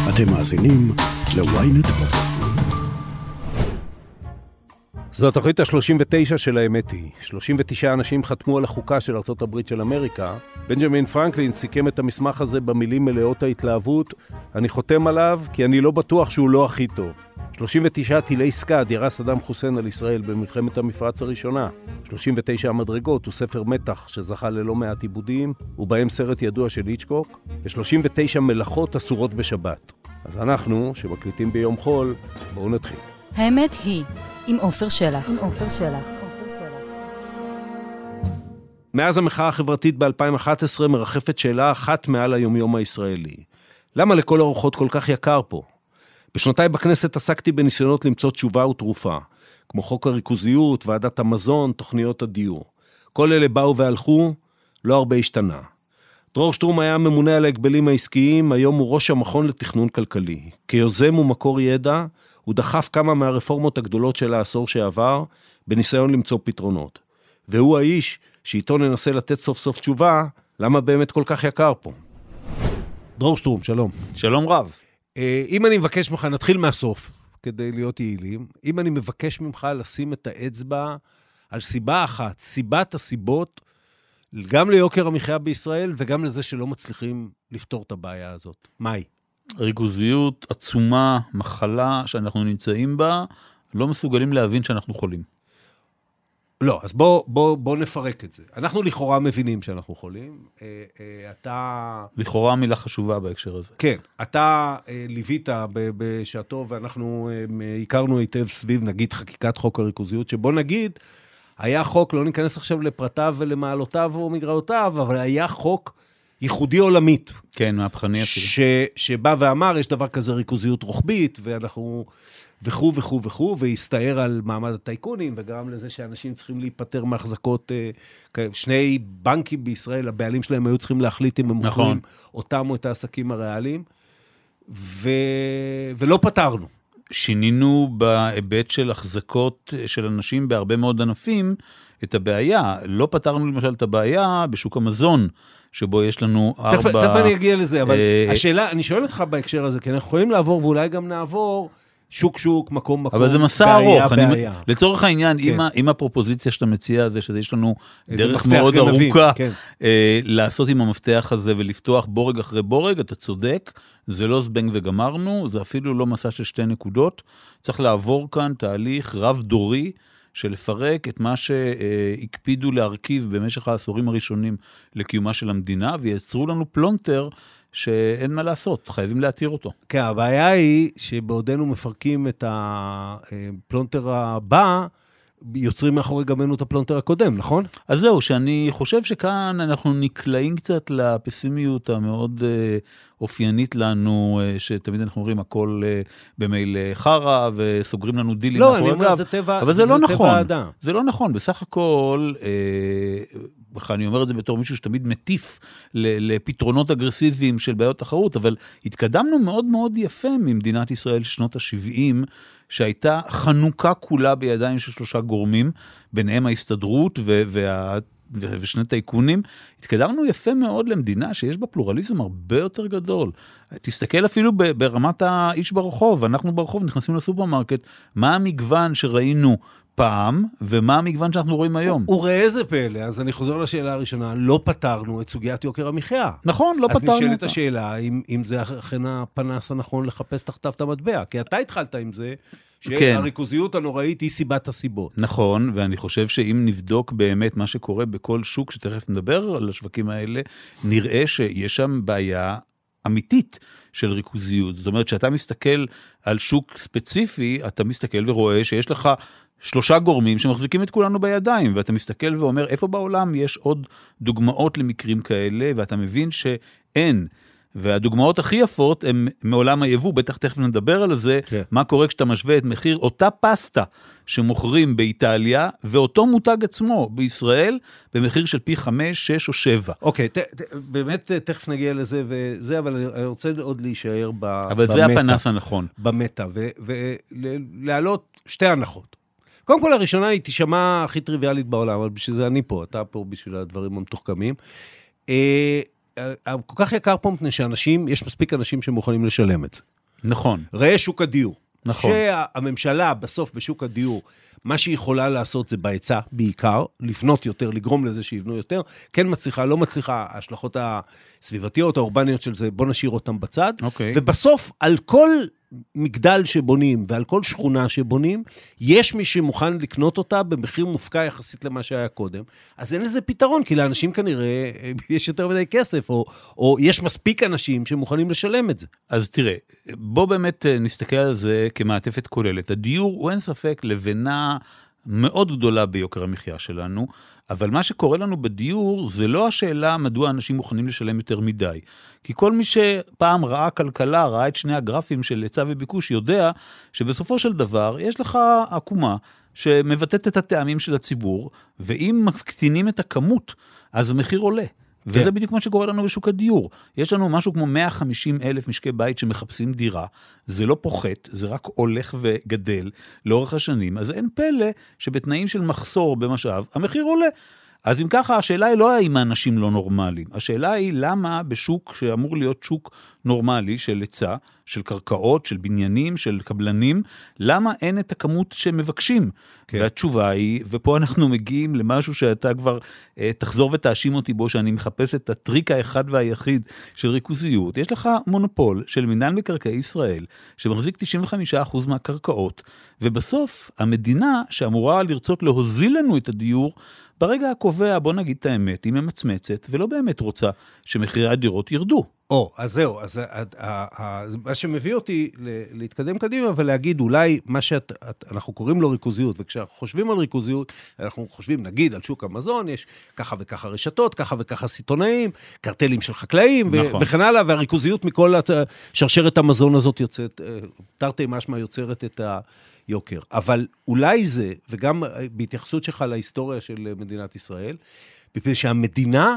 אתם מאזינים ל-ynet פודקאסטים. זו התוכנית ה-39 של האמת היא. 39 אנשים חתמו על החוקה של ארצות הברית של אמריקה. בנג'מין פרנקלין סיכם את המסמך הזה במילים מלאות ההתלהבות. אני חותם עליו כי אני לא בטוח שהוא לא הכי טוב. 39 טילי סקאד ירה סדאם חוסיין על ישראל במלחמת המפרץ הראשונה. 39 המדרגות הוא ספר מתח שזכה ללא מעט עיבודים, ובהם סרט ידוע של היצ'קוק, ו39 מלאכות אסורות בשבת. אז אנחנו, שמקליטים ביום חול, בואו נתחיל. האמת היא, עם עופר שלח. מאז המחאה החברתית ב-2011 מרחפת שאלה אחת מעל היומיום הישראלי. למה לכל הרוחות כל כך יקר פה? בשנותיי בכנסת עסקתי בניסיונות למצוא תשובה ותרופה, כמו חוק הריכוזיות, ועדת המזון, תוכניות הדיור. כל אלה באו והלכו, לא הרבה השתנה. דרור שטרום היה ממונה על ההגבלים העסקיים, היום הוא ראש המכון לתכנון כלכלי. כיוזם ומקור ידע, הוא דחף כמה מהרפורמות הגדולות של העשור שעבר, בניסיון למצוא פתרונות. והוא האיש שאיתו ננסה לתת סוף סוף תשובה, למה באמת כל כך יקר פה. דרור שטרום, שלום. שלום רב. אם אני מבקש ממך, נתחיל מהסוף, כדי להיות יעילים. אם אני מבקש ממך לשים את האצבע על סיבה אחת, סיבת הסיבות, גם ליוקר המחיה בישראל, וגם לזה שלא מצליחים לפתור את הבעיה הזאת. מהי? ריכוזיות, עצומה, מחלה שאנחנו נמצאים בה, לא מסוגלים להבין שאנחנו חולים. לא, אז בוא נפרק את זה. אנחנו לכאורה מבינים שאנחנו חולים. אתה... לכאורה מילה חשובה בהקשר הזה. כן, אתה ליווית בשעתו, ואנחנו הכרנו היטב סביב, נגיד, חקיקת חוק הריכוזיות, שבוא נגיד, היה חוק, לא ניכנס עכשיו לפרטיו ולמעלותיו או מגרעותיו, אבל היה חוק ייחודי עולמית. כן, מהפכני אפילו. שבא ואמר, יש דבר כזה ריכוזיות רוחבית, ואנחנו... וכו', והסתער על מעמד הטייקונים, וגם לזה שאנשים צריכים להיפטר מהחזקות, שני בנקים בישראל, הבעלים שלהם היו צריכים להחליט אם הם מוכרים אותם או את העסקים הריאליים, ולא פתרנו. שינינו בהיבט של החזקות של אנשים בהרבה מאוד ענפים את הבעיה. לא פתרנו למשל את הבעיה בשוק המזון, שבו יש לנו תכף אני אגיע לזה, אבל השאלה, אני שואל אותך בהקשר הזה, כי אנחנו יכולים לעבור, ואולי גם נעבור... שוק, מקום, אבל זה מסע ארוך. לצורך העניין, כן. אם הפרופוזיציה שאתה מציע זה שיש לנו דרך מאוד ארוכה, כן. לעשות עם המפתח הזה ולפתוח בורג אחרי בורג, אתה צודק, זה לא זבנג וגמרנו, זה אפילו לא מסע של 2 נקודות, צריך לעבור כאן תהליך רב דורי, של לפרק את מה שהקפידו להרכיב במשך העשורים הראשונים לקיומה של המדינה, ויצרו לנו פלונטר, שאין מה לעשות, חייבים להתיר אותו. כן, הבעיה היא שבעודנו מפרקים את הפלונטר הבא, יוצרים מאחורי גמנו את הפלונטר הקודם, נכון? אז זהו, שאני חושב שכאן אנחנו נקלעים קצת לפסימיות המאוד אופיינית לנו, שתמיד אנחנו אומרים הכל במייל חרה, וסוגרים לנו דילים מאחורי גב. לא, אני אומר, זה טבע, אבל זה לא נכון. האדם. זה לא נכון, בסך הכל... אני אומר את זה בתור מישהו שתמיד מטיף לפתרונות אגרסיביים של בעיות תחרות, אבל התקדמנו מאוד מאוד יפה ממדינת ישראל שנות ה-70, שהייתה חנוכה כולה בידיים של 3 גורמים, ביניהם ההסתדרות ושני טייקונים. התקדמנו יפה מאוד למדינה שיש בה פלורליזם הרבה יותר גדול. תסתכל אפילו ברמת האיש ברחוב, אנחנו ברחוב נכנסים לסופרמרקט, מה המגוון שראינו פעם, ומה המגוון שאנחנו רואים היום. וראה איזה פלא, אז אני חוזר לשאלה הראשונה, לא פתרנו את סוגיית יוקר המחיה. נכון, לא פתרנו. אז נשאלת השאלה, אם זה אכן הפנס הנכון לחפש תחתיו את המטבע, כי אתה התחלת עם זה, שהריכוזיות הנוראית היא סיבת הסיבות. נכון, ואני חושב שאם נבדוק באמת מה שקורה בכל שוק, שתכף נדבר על השווקים האלה, נראה שיש שם בעיה אמיתית של ריכוזיות. זאת אומרת, שאתה מסתכל על שוק ספציפי, אתה מסתכל ורואה שיש לך 3 גורמים שמחזיקים את כולנו בידיים, ואתה מסתכל ואומר, איפה בעולם יש עוד דוגמאות למקרים כאלה, ואתה מבין שאין. והדוגמאות הכי יפות הן מעולם היבוא, בטח תכף נדבר על זה, כן. מה קורה כשאתה משווה את מחיר אותה פסטה שמוכרים באיטליה, ואותו מותג עצמו בישראל, במחיר של פי 5, 6 או 7. אוקיי, באמת תכף נגיע לזה וזה, אבל אני רוצה עוד להישאר במטה. אבל זה הפנס הנכון. במטה, ולהעלות 2 הנחות. קודם כל, הראשונה היא תשמע הכי טריוויאלית בעולם, אבל בשביל זה אני פה, אתה פה בשביל הדברים המתוחכמים. כל כך יקר פה מפני שאנשים, יש מספיק אנשים שמוכנים לשלם את זה. נכון. ראה שוק הדיור. נכון. שהממשלה בסוף בשוק הדיור, מה שהיא יכולה לעשות זה בהיצע, בעיקר, לפנות יותר, לגרום לזה שיבנו יותר, כן מצליחה, לא מצליחה, ההשלכות הסביבתיות, האורבניות של זה, בוא נשאיר אותם בצד, ובסוף על כל מגדל שבונים ועל כל שכונה שבונים, יש מי שמוכן לקנות אותה במחיר מופקע יחסית למה שהיה קודם, אז אין לזה פתרון, כי לאנשים כנראה יש יותר מדי כסף, או יש מספיק אנשים שמוכנים לשלם את זה. אז תראה, בוא באמת נסתכל על זה כמעטפת כוללת. הדיור הוא אין ספק לבנה מאוד גדולה ביוקר המחיה שלנו, אבל מה שקורה לנו בדיור זה לא השאלה מדוע אנשים מוכנים לשלם יותר מדי. כי כל מי שפעם ראה כלכלה, ראה את שני הגרפים של היצע וביקוש, יודע שבסופו של דבר יש לך עקומה שמבטאת את הטעמים של הציבור, ואם מקטינים את הכמות, אז המחיר עולה. וזה בדיוק מה שקורה לנו בשוק הדיור. יש לנו משהו כמו 150,000 משקי בית שמחפשים דירה, זה לא פוחת, זה רק הולך וגדל לאורך השנים, אז אין פלא שבתנאים של מחסור במשאב, המחיר עולה. אז אם ככה, השאלה היא לא האם האנשים לא נורמליים, השאלה היא למה בשוק שאמור להיות שוק נורמלי של היצע, של קרקעות, של בניינים, של קבלנים, למה אין את הכמות שמבקשים? כן. והתשובה היא, ופה אנחנו מגיעים למשהו שאתה כבר תחזור ותאשים אותי בו, שאני מחפש את הטריק האחד והיחיד של ריכוזיות. יש לך מונופול של מינהל מקרקעי ישראל, שמחזיק 95% מהקרקעות, ובסוף המדינה שאמורה לרצות להוזיל לנו את הדיור, ברגע הקובע, בוא נגיד את האמת, היא ממצמצת, ולא באמת רוצה שמחירי הדירות ירדו. אז זהו, אז מה שמביא אותי להתקדם קדימה, ולהגיד אולי מה שאנחנו קוראים לו ריכוזיות, וכשאנחנו חושבים על ריכוזיות, אנחנו חושבים, נגיד, על שוק המזון, יש ככה וככה רשתות, ככה וככה סיטונאים, קרטלים של חקלאים, וכן הלאה, והריכוזיות מכל שרשרת המזון הזאת יוצאת, תרתי משמע יוצרת את היוקר. אבל אולי זה, וגם בהתייחסות שלך להיסטוריה של מדינת ישראל, מפני שהמדינה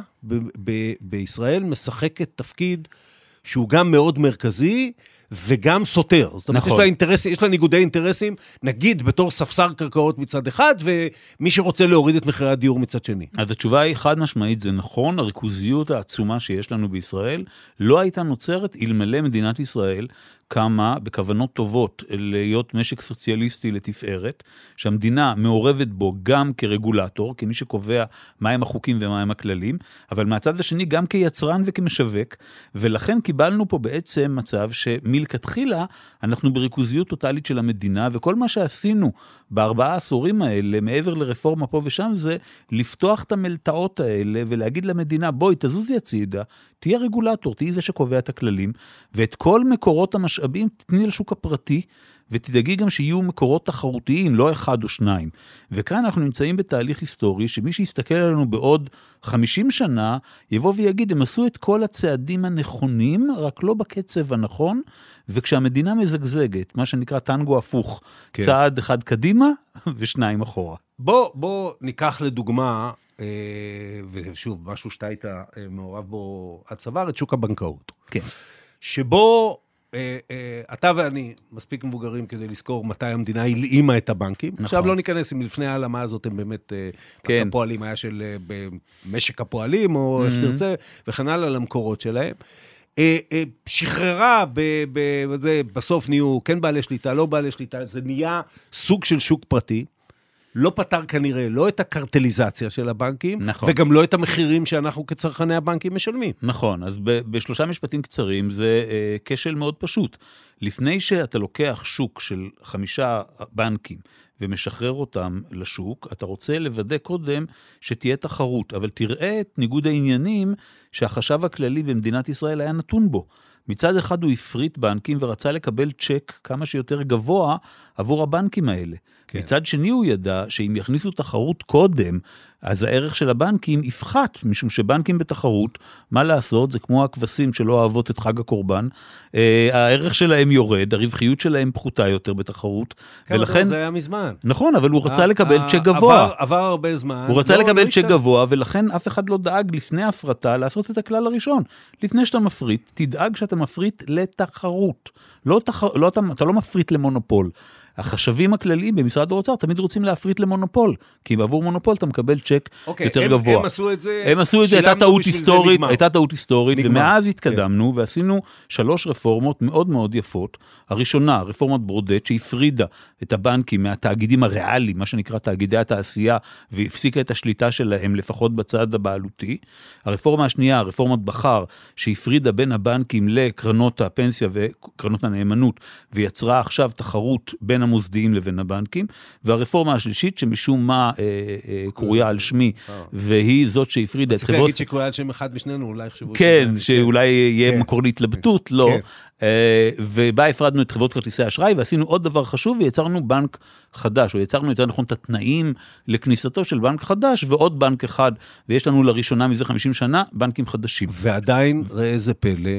בישראל משחקת תפקיד שהוא גם מאוד מרכזי וגם סותר. זאת אומרת, יש לה ניגודי אינטרסים, נגיד בתור ספסר קרקעות מצד אחד, ומי שרוצה להוריד את מחירי הדיור מצד שני. אז התשובה היא חד משמעית, זה נכון, הריכוזיות העצומה שיש לנו בישראל, לא הייתה נוצרת אלמלא מדינת ישראל, קמה בכוונות טובות להיות משק סוציאליסטי לתפארת, שהמדינה מעורבת בו גם כרגולטור, כמי שקובע מהם החוקים ומהם הכללים, אבל מהצד השני גם כיצרן וכמשווק, ולכן קיבלנו פה בעצם מצב שמלכתחילה אנחנו בריכוזיות טוטלית של המדינה, וכל מה שעשינו ב4 העשורים האלה, מעבר לרפורמה פה ושם, זה לפתוח את המלטעות האלה ולהגיד למדינה, בואי תזוזי הצידה, תהיה רגולטור, תהיה זה שקובע את הכללים, ואת כל מקורות המשאבים תתני לשוק הפרטי, ותדאגי גם שיהיו מקורות תחרותיים, לא 1 או 2. וכאן אנחנו נמצאים בתהליך היסטורי, שמי שיסתכל עלינו בעוד 50 שנה, יבוא ויגיד, הם עשו את כל הצעדים הנכונים, רק לא בקצב הנכון, וכשהמדינה מזגזגת, מה שנקרא טנגו הפוך, כן. צעד אחד קדימה ו2 אחורה. בוא ניקח לדוגמה, ושוב, משהו שאתה היית מעורב בו עד צוואר, את שוק הבנקאות. כן. שבו אתה ואני מספיק מבוגרים כדי לזכור מתי המדינה הלאימה את הבנקים. נכון. עכשיו לא ניכנס אם לפני העלמה הזאת הם באמת, כן. הפועלים היה של משק הפועלים, או איך שתרצה, וכן הלאה למקורות שלהם. שחררה, בסוף נהיו כן בעלי שליטה, לא בעלי שליטה, זה נהיה סוג של שוק פרטי, לא פתר כנראה לא את הקרטליזציה של הבנקים, נכון. וגם לא את המחירים שאנחנו כצרכני הבנקים משלמים. נכון, אז בשלושה משפטים קצרים זה כשל מאוד פשוט. לפני שאתה לוקח שוק של 5 בנקים, ומשחרר אותם לשוק, אתה רוצה לוודא קודם שתהיה תחרות, אבל תראה את ניגוד העניינים שהחשב הכללי במדינת ישראל היה נתון בו. מצד אחד הוא הפריט בנקים ורצה לקבל צ'ק כמה שיותר גבוה עבור הבנקים האלה. כן. מצד שני הוא ידע שאם יכניסו תחרות קודם, אז הערך של הבנקים יפחת, משום שבנקים בתחרות, מה לעשות? זה כמו הכבשים שלא אוהבות את חג הקורבן, הערך שלהם יורד, הרווחיות שלהם פחותה יותר בתחרות, כן, ולכן... זה היה מזמן. נכון, אבל הוא רצה לקבל צ'ק גבוה. עבר הרבה זמן. הוא רצה לקבל צ'ק גבוה, ולכן אף אחד לא דאג לפני ההפרטה לעשות את הכלל הראשון. לפני שאתה מפריט, תדאג שאתה מפריט לתחרות. אתה לא מפריט למונופול. החשבים הכלליים במשרד האוצר תמיד רוצים להפריט למונופול, כי בעבור מונופול אתה מקבל צ'ק יותר גבוה. הם עשו את זה, הייתה טעות היסטורית, ומאז התקדמנו ועשינו 3 רפורמות מאוד מאוד יפות. הראשונה, רפורמת ברודט, שהפרידה את הבנקים מהתאגידים הריאליים, מה שנקרא תאגידי התעשייה, והפסיקה את השליטה שלהם לפחות בצד הבעלותי. הרפורמה השנייה, רפורמת בחר, שהפרידה בין הבנקים לקרנות הפנסיה וקרנות הנאמנות, ויצרה עכשיו תחרות בין המוסדיים לבין הבנקים. והרפורמה השלישית, שמשום מה קרויה על שמי, והיא זאת שהפרידה את חברות... צריך להגיד שקרויה על שם אחד משנינו, אולי חשבו... כן, שאולי יהיה מקור להתלבטות, לא. ובה הפרדנו את חברות כרטיסי אשראי, ועשינו עוד דבר חשוב, ויצרנו בנק חדש, או יצרנו יותר נכון את התנאים לכניסתו של בנק חדש, ועוד בנק אחד, ויש לנו לראשונה מזה 50 שנה, בנקים חדשים. ועדיין, ראה איזה פלא,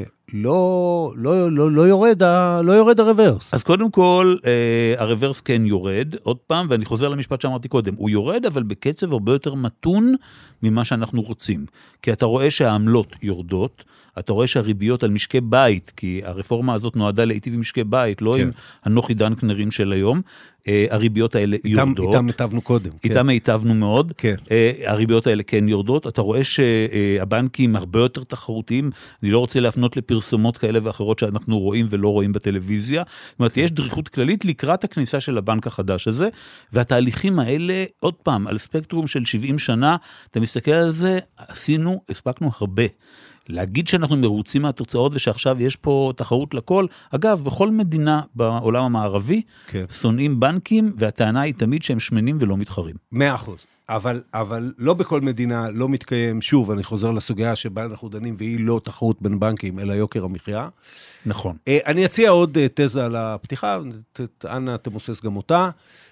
לא יורד הרוורס. אז קודם כל, הרוורס כן יורד, עוד פעם, ואני חוזר למשפט שאמרתי קודם, הוא יורד, אבל בקצב הרבה יותר מתון ממה שאנחנו רוצים. כי אתה רואה שהעמלות יורדות, אתה רואה שהריביות על משקי בית, כי הרפורמה הזאת נועדה להיטיב עם משקי בית, לא עם הנוחי דנקנרים של היום, הריביות האלה יורדות. איתם היטבנו קודם. איתם היטבנו מאוד. הריביות האלה כן יורדות. אתה רואה שהבנקים הרבה יותר תחרותיים, אני לא רוצה להפנות לפרסומות כאלה ואחרות שאנחנו רואים ולא רואים בטלוויזיה. זאת אומרת, יש דריכות כללית לקראת הכניסה של הבנק החדש הזה, והתהליכים האלה, עוד פעם, על ספקטרום של 70 שנה, אתה מסתכל על זה, הספקנו הרבה. להגיד שאנחנו מרוצים מהתוצאות ושעכשיו יש פה תחרות לכל, אגב, בכל מדינה בעולם המערבי, שונאים בנקים, והטענה היא תמיד שהם שמנים ולא מתחרים. 100%. אבל לא בכל מדינה לא מתקיים, שוב, אני חוזר לסוגיה שבה אנחנו דנים, והיא לא תחרות בין בנקים, אלא יוקר המחיה. נכון. אני אציע עוד תזה על הפתיחה, אנא תמוסס גם אותה.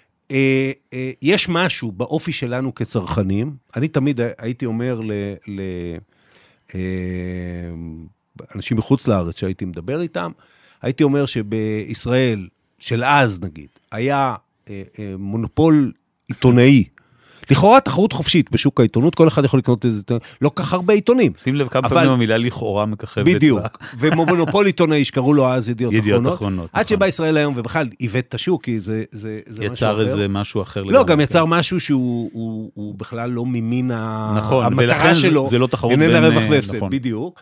יש משהו באופי שלנו כצרכנים, אני תמיד הייתי אומר אנשים מחוץ לארץ שהייתי מדבר איתם, הייתי אומר שבישראל של אז נגיד, היה מונופול עיתונאי, לכאורה תחרות חופשית בשוק העיתונות, כל אחד יכול לקנות איזה עיתון, לא כך הרבה עיתונים. שים לב כמה פעמים המילה לכאורה מככבת. בדיוק, ומונופול עיתונאי שקראו לו אז ידיעות אחרונות, עד שבא ישראל היום ובכלל עיוות את השוק, כי זה יצר איזה משהו אחר. לא, גם יצר משהו שהוא בכלל לא ממין המטרה שלו, זה לא תחרות בין, רווח והפסד, בדיוק.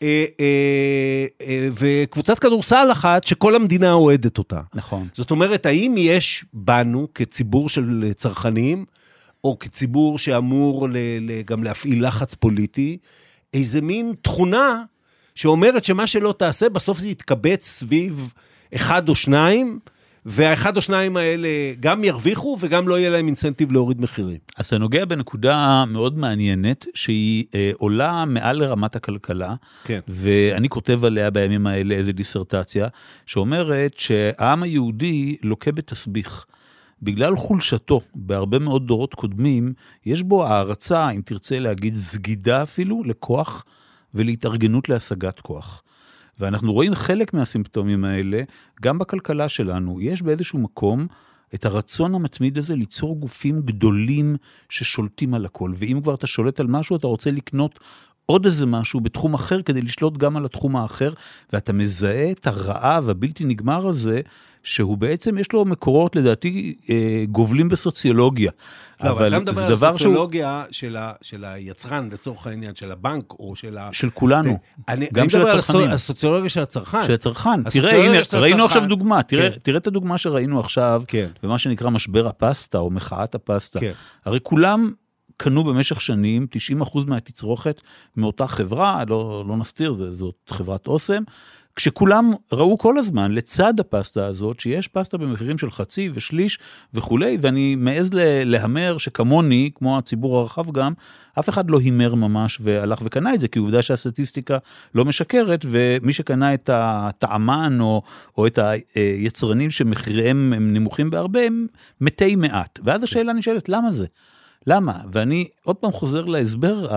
וקבוצת כדורסל אחת שכל המדינה אוהדת אותה. נכון. זאת אומרת, האם יש בנו כציבור של צרכנים, או כציבור שאמור גם להפעיל לחץ פוליטי, איזה מין תכונה שאומרת שמה שלא תעשה, בסוף זה יתקבץ סביב 1 או 2, והאחד או 2 האלה גם ירוויחו, וגם לא יהיה להם אינסנטיב להוריד מחירים. אז אתה נוגע בנקודה מאוד מעניינת, שהיא עולה מעל לרמת הכלכלה, כן. ואני כותב עליה בימים האלה איזו דיסרטציה, שאומרת שהעם היהודי לוקה בתסביך. בגלל חולשתו, בהרבה מאוד דורות קודמים, יש בו הערצה, אם תרצה להגיד, סגידה אפילו, לכוח ולהתארגנות להשגת כוח. ואנחנו רואים חלק מהסימפטומים האלה, גם בכלכלה שלנו. יש באיזשהו מקום את הרצון המתמיד הזה ליצור גופים גדולים ששולטים על הכל. ואם כבר אתה שולט על משהו, אתה רוצה לקנות עוד איזה משהו בתחום אחר, כדי לשלוט גם על התחום האחר, ואתה מזהה את הרעב הבלתי נגמר הזה, שהוא בעצם יש לו לדעתי, גובלים בסוציולוגיה. לא, אבל אתה מדבר על סוציולוגיה של היצרן, לצורך העניין, של הבנק, או של כולנו. גם של הצרכנים. הסוציולוגיה של הצרכן. של הצרכן. תראה, הנה, ראינו עכשיו דוגמה. תראה את הדוגמה שראינו עכשיו, במה שנקרא משבר הפסטה, או מחאת הפסטה. הרי כולם קנו במשך שנים, 90% מהתצרוכת מאותה חברה, לא נסתיר, זאת חברת אוסם, כשכולם ראו כל הזמן לצד הפסטה הזאת, שיש פסטה במחירים של חצי ושליש וכולי, ואני מעז להמר שכמוני, כמו הציבור הרחב גם, אף אחד לא הימר ממש והלך וקנה את זה, כי עובדה שהסטטיסטיקה לא משקרת, ומי שקנה את הטעמן או את היצרנים שמחיריהם הם נמוכים בהרבה, הם מתי מעט. ואז השאלה נשאלת, למה זה? למה? ואני עוד פעם חוזר להסבר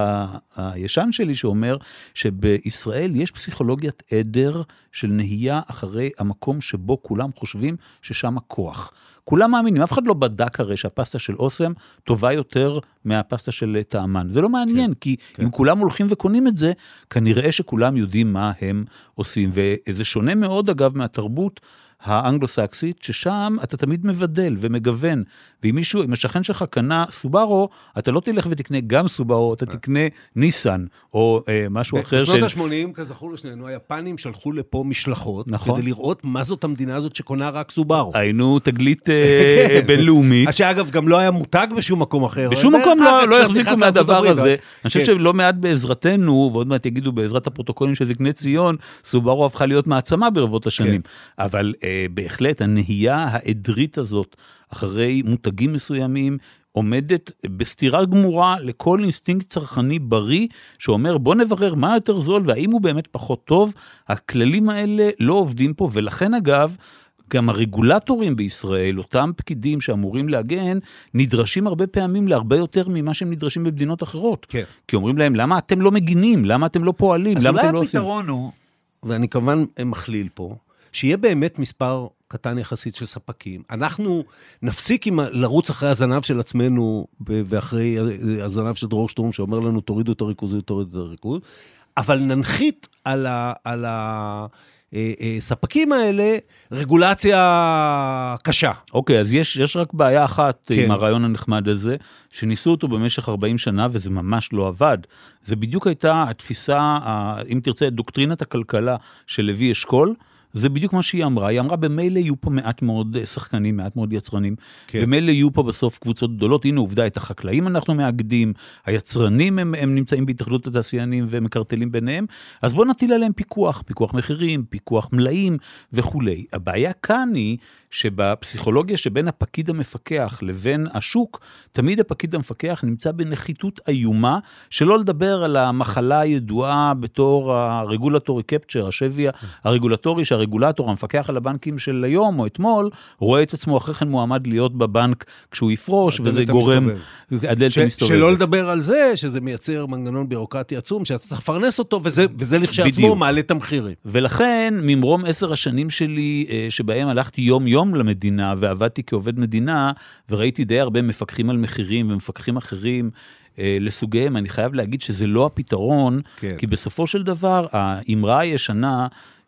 הישן שלי שאומר שבישראל יש פסיכולוגיית עדר של נהייה אחרי המקום שבו כולם חושבים ששם הכוח. כולם מאמינים, אף אחד לא בדק הרי שהפסטה של אוסם טובה יותר מהפסטה של טעמן. זה לא מעניין, כי אם כולם הולכים וקונים את זה, כנראה שכולם יודעים מה הם עושים. וזה שונה מאוד אגב מהתרבות האנגלו-סקסית, ששם אתה תמיד מבדל ומגוון, ואם מישהו, אם השכן שלך קנה סובארו, אתה לא תלך ותקנה גם סובארו, אתה תקנה ניסן, או משהו אחר. בשנות ה-80, כזכור לשנינו, היפנים שלחו לפה משלחות, כדי לראות מה זאת המדינה הזאת שקונה רק סובארו. היינו תגלית בינלאומית. שאגב, גם לא היה מותג בשום מקום אחר. בשום מקום לא יחזיקו מהדבר הזה. אני חושב שלא מעט בעזרתנו, ועוד מעט יגידו בעזרת הפרוטוקולים של זקני ציון, סובארו הפכה להיות מעצמה ברבות השנים. אבל בהחלט הנהייה העדרית הזאת, אחרי מותגים מסוימים, עומדת בסתירה גמורה לכל אינסטינקט צרכני בריא, שאומר בוא נברר מה יותר זול, והאם הוא באמת פחות טוב. הכללים האלה לא עובדים פה, ולכן אגב, גם הרגולטורים בישראל, אותם פקידים שאמורים להגן, נדרשים הרבה פעמים להרבה יותר ממה שהם נדרשים במדינות אחרות. כן. כי אומרים להם, למה אתם לא מגינים? למה אתם לא פועלים? למה אתם לא עושים? אז אולי הפתרון הוא, ואני כמובן מכליל פה, שיהיה באמת מספר קטן יחסית של ספקים. אנחנו נפסיק לרוץ אחרי הזנב של עצמנו, ואחרי הזנב של דרור שטרום, שאומר לנו, תורידו את הריכוז, תורידו את הריכוז, אבל ננחית על הספקים האלה רגולציה קשה. אוקיי, אז יש רק בעיה אחת עם הרעיון הנחמד הזה, שניסו אותו במשך 40 שנה, וזה ממש לא עבד. זה בדיוק הייתה התפיסה, אם תרצה, דוקטרינת הכלכלה של לוי אשכול, זה בדיוק מה שהיא אמרה. היא אמרה, במילא יהיו פה מעט מאוד שחקנים, מעט מאוד יצרנים. כן. במילא יהיו פה בסוף קבוצות גדולות. הנה עובדה, את החקלאים אנחנו מאגדים, היצרנים הם נמצאים בהתאחדות התעשיינים ומקרטלים ביניהם, אז בואו נטיל עליהם פיקוח, פיקוח מחירים, פיקוח מלאים וכו'. הבעיה כאן היא שבפסיכולוגיה שבין הפקיד המפקח לבין השוק, תמיד הפקיד המפקח נמצא בנחיתות איומה, שלא לדבר על המחלה הידועה בתור הרגולטורי קפצ'ר, השבי הרגולטורי, שהרגולטור המפקח על הבנקים של היום או אתמול, רואה את עצמו אחרי כן מועמד להיות בבנק כשהוא יפרוש, וזה גורם הדלת המסתובבת. שלא לדבר על זה, שזה מייצר מנגנון בירוקרטי עצום, שאתה צריך לפרנס אותו, וזה לכשעצמו מעלה את המחירים. ולכן, ממרום 10 השנים שלי, שבהם הלכתי יום למדינה, ועבדתי כעובד מדינה, וראיתי די הרבה מפקחים על מחירים, ומפקחים אחרים לסוגיהם, אני חייב להגיד שזה לא הפתרון, כי בסופו של דבר, האמרה הישנה,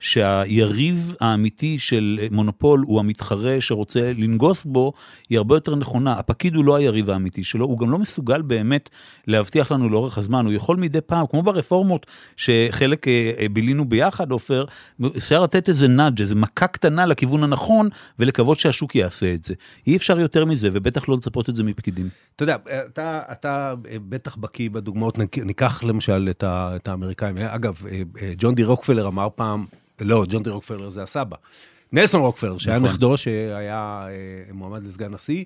שהיריב האמיתי של מונופול הוא המתחרה שרוצה לנגוס בו, היא הרבה יותר נכונה. הפקיד הוא לא היריב האמיתי שלו, הוא גם לא מסוגל באמת להבטיח לנו לאורך הזמן, הוא יכול מדי פעם, כמו ברפורמות שחלק בילינו ביחד, עופר, אפשר לתת איזה נאג', איזה מכה קטנה לכיוון הנכון, ולקוות שהשוק יעשה את זה. אי אפשר יותר מזה, ובטח לא לצפות את זה מפקידים. אתה יודע, אתה בטח בקיא בדוגמאות, ניקח למשל את האמריקאים. אגב, ג'ון די רוקפלר אמר פעם, לא, ג'ון די רוקפלר זה הסבא. נלסון רוקפלר, שהיה נכדו, שהיה מועמד לסגן נשיא,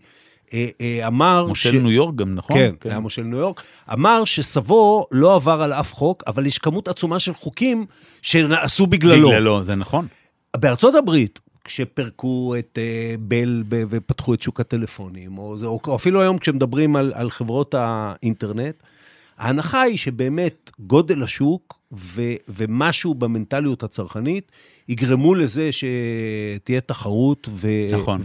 אמר... מושל ניו יורק גם, נכון? כן, היה מושל ניו יורק. אמר שסבו לא עבר על אף חוק, אבל יש כמות עצומה של חוקים שנעשו בגללו. בגללו, זה נכון. בארצות הברית, כשפרקו את בל ופתחו את שוק הטלפונים, או אפילו היום כשמדברים על חברות האינטרנט, ההנחה היא שבאמת גודל השוק ומשהו במנטליות הצרכנית יגרמו לזה שתהיה תחרות נכון.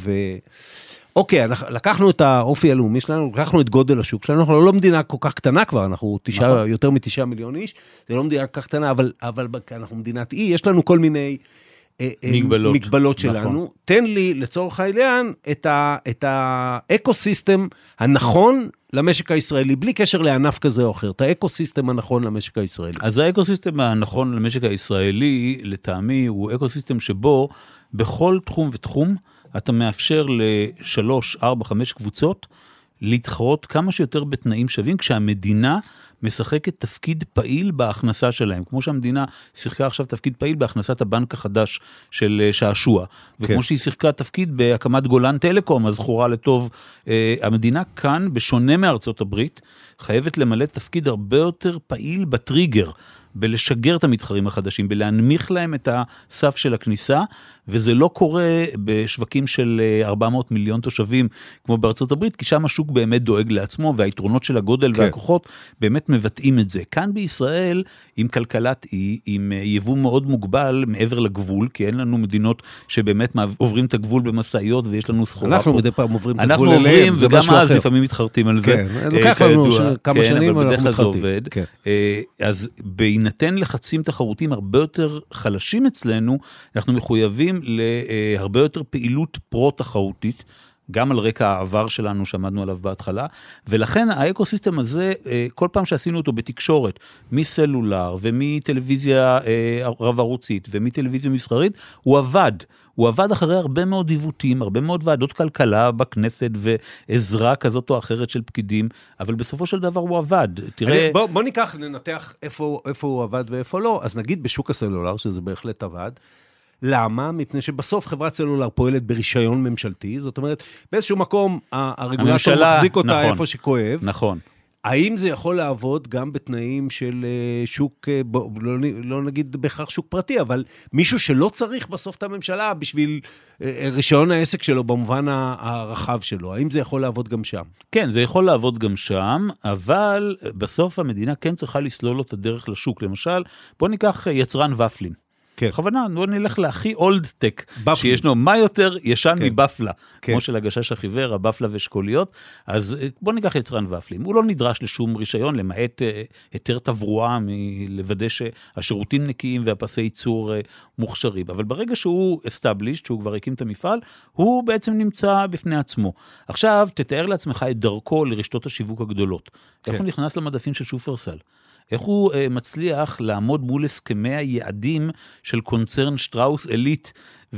אוקיי, לקחנו את האופי הלאומי שלנו, לקחנו את גודל השוק שלנו, אנחנו לא מדינה כל כך קטנה כבר, אנחנו יותר מ9 מיליון איש, זה לא מדינה כל כך קטנה, אבל אנחנו מדינת אי, יש לנו כל מיני מגבלות שלנו. נכון. תן לי לצורך העניין את האקוסיסטם הנכון למשק הישראלי, בלי קשר לענף כזה או אחר, את האקוסיסטם הנכון למשק הישראלי. אז האקוסיסטם הנכון למשק הישראלי, לטעמי, הוא אקוסיסטם שבו בכל תחום ותחום, אתה מאפשר ל3, 4, 5 קבוצות, להתחרות כמה שיותר בתנאים שווים, כשהמדינה משחקת תפקיד פעיל בהכנסה שלהם, כמו שהמדינה שיחקה עכשיו תפקיד פעיל בהכנסת הבנק החדש של שעשוע, וכמו שהיא שיחקה תפקיד בהקמת גולן טלקום, הזכורה לטוב, המדינה כאן, בשונה מארצות הברית, חייבת למלא תפקיד הרבה יותר פעיל בטריגר, בלשגר את המתחרים החדשים, בלהנמיך להם את הסף של הכניסה, וזה לא קורה בשווקים של 400 מיליון תושבים, כמו בארצות הברית, כי שם השוק באמת דואג לעצמו, והיתרונות של הגודל והכוחות באמת מבטאים את זה. כאן בישראל, עם כלכלת אי, עם יבוא מאוד מוגבל מעבר לגבול, כי אין לנו מדינות שבאמת עוברים את הגבול במסעיות, ויש לנו סחורה פה. אנחנו מדי פעם עוברים את הגבול אליהם, אנחנו עוברים, וגם אז לפעמים מתחרטים על זה. כן, לוקח לנו כמה שנים, אבל בדרך כלל זה עובד. אז בהינתן לחצים תחרותיים הרבה יותר חלשים אצלנו, אנחנו מחויבים להרבה יותר פעילות פרו-תחרותית, גם על רקע העבר שלנו שעמדנו עליו בהתחלה, ולכן האקוסיסטם הזה, כל פעם שעשינו אותו בתקשורת, מסלולר ומטלוויזיה רב-ערוצית ומטלוויזיה מסחרית, הוא עבד אחרי הרבה מאוד עיוותים, הרבה מאוד ועדות כלכלה בכנסת ועזרה כזאת או אחרת של פקידים, אבל בסופו של דבר הוא עבד. תראה... בוא ננתח איפה הוא עבד ואיפה לא. אז נגיד בשוק הסלולר, שזה בהחלט עבד, למה? מפני שבסוף חברת סלולר פועלת ברישיון ממשלתי, זאת אומרת, באיזשהו מקום הרגולטור מחזיק אותה נכון, איפה שכואב. נכון. האם זה יכול לעבוד גם בתנאים של שוק, לא נגיד בהכרח שוק פרטי, אבל מישהו שלא צריך בסוף את הממשלה בשביל רישיון העסק שלו במובן הרחב שלו? האם זה יכול לעבוד גם שם? כן, זה יכול לעבוד גם שם, אבל בסוף המדינה כן צריכה לסלול לו את הדרך לשוק. למשל, בוא ניקח יצרן ופלים. כן. בכוונה, בוא נלך להכי אולד טק, שישנו מה יותר ישן מבפלה, כמו של הגשש החיוור, הבפלה ושקוליות, אז בוא ניקח יצרן ופלים, הוא לא נדרש לשום רישיון, למעט היתר תברואה, לוודא שהשירותים נקיים והפסי ייצור מוכשרים, אבל ברגע שהוא established, שהוא כבר הקים את המפעל, הוא בעצם נמצא בפני עצמו. עכשיו, תתאר לעצמך את דרכו לרשתות השיווק הגדולות. איך הוא נכנס למדפים של שופרסל? איך הוא מצליח לעמוד מול הסכמי היעדים של קונצרן שטראוס אליט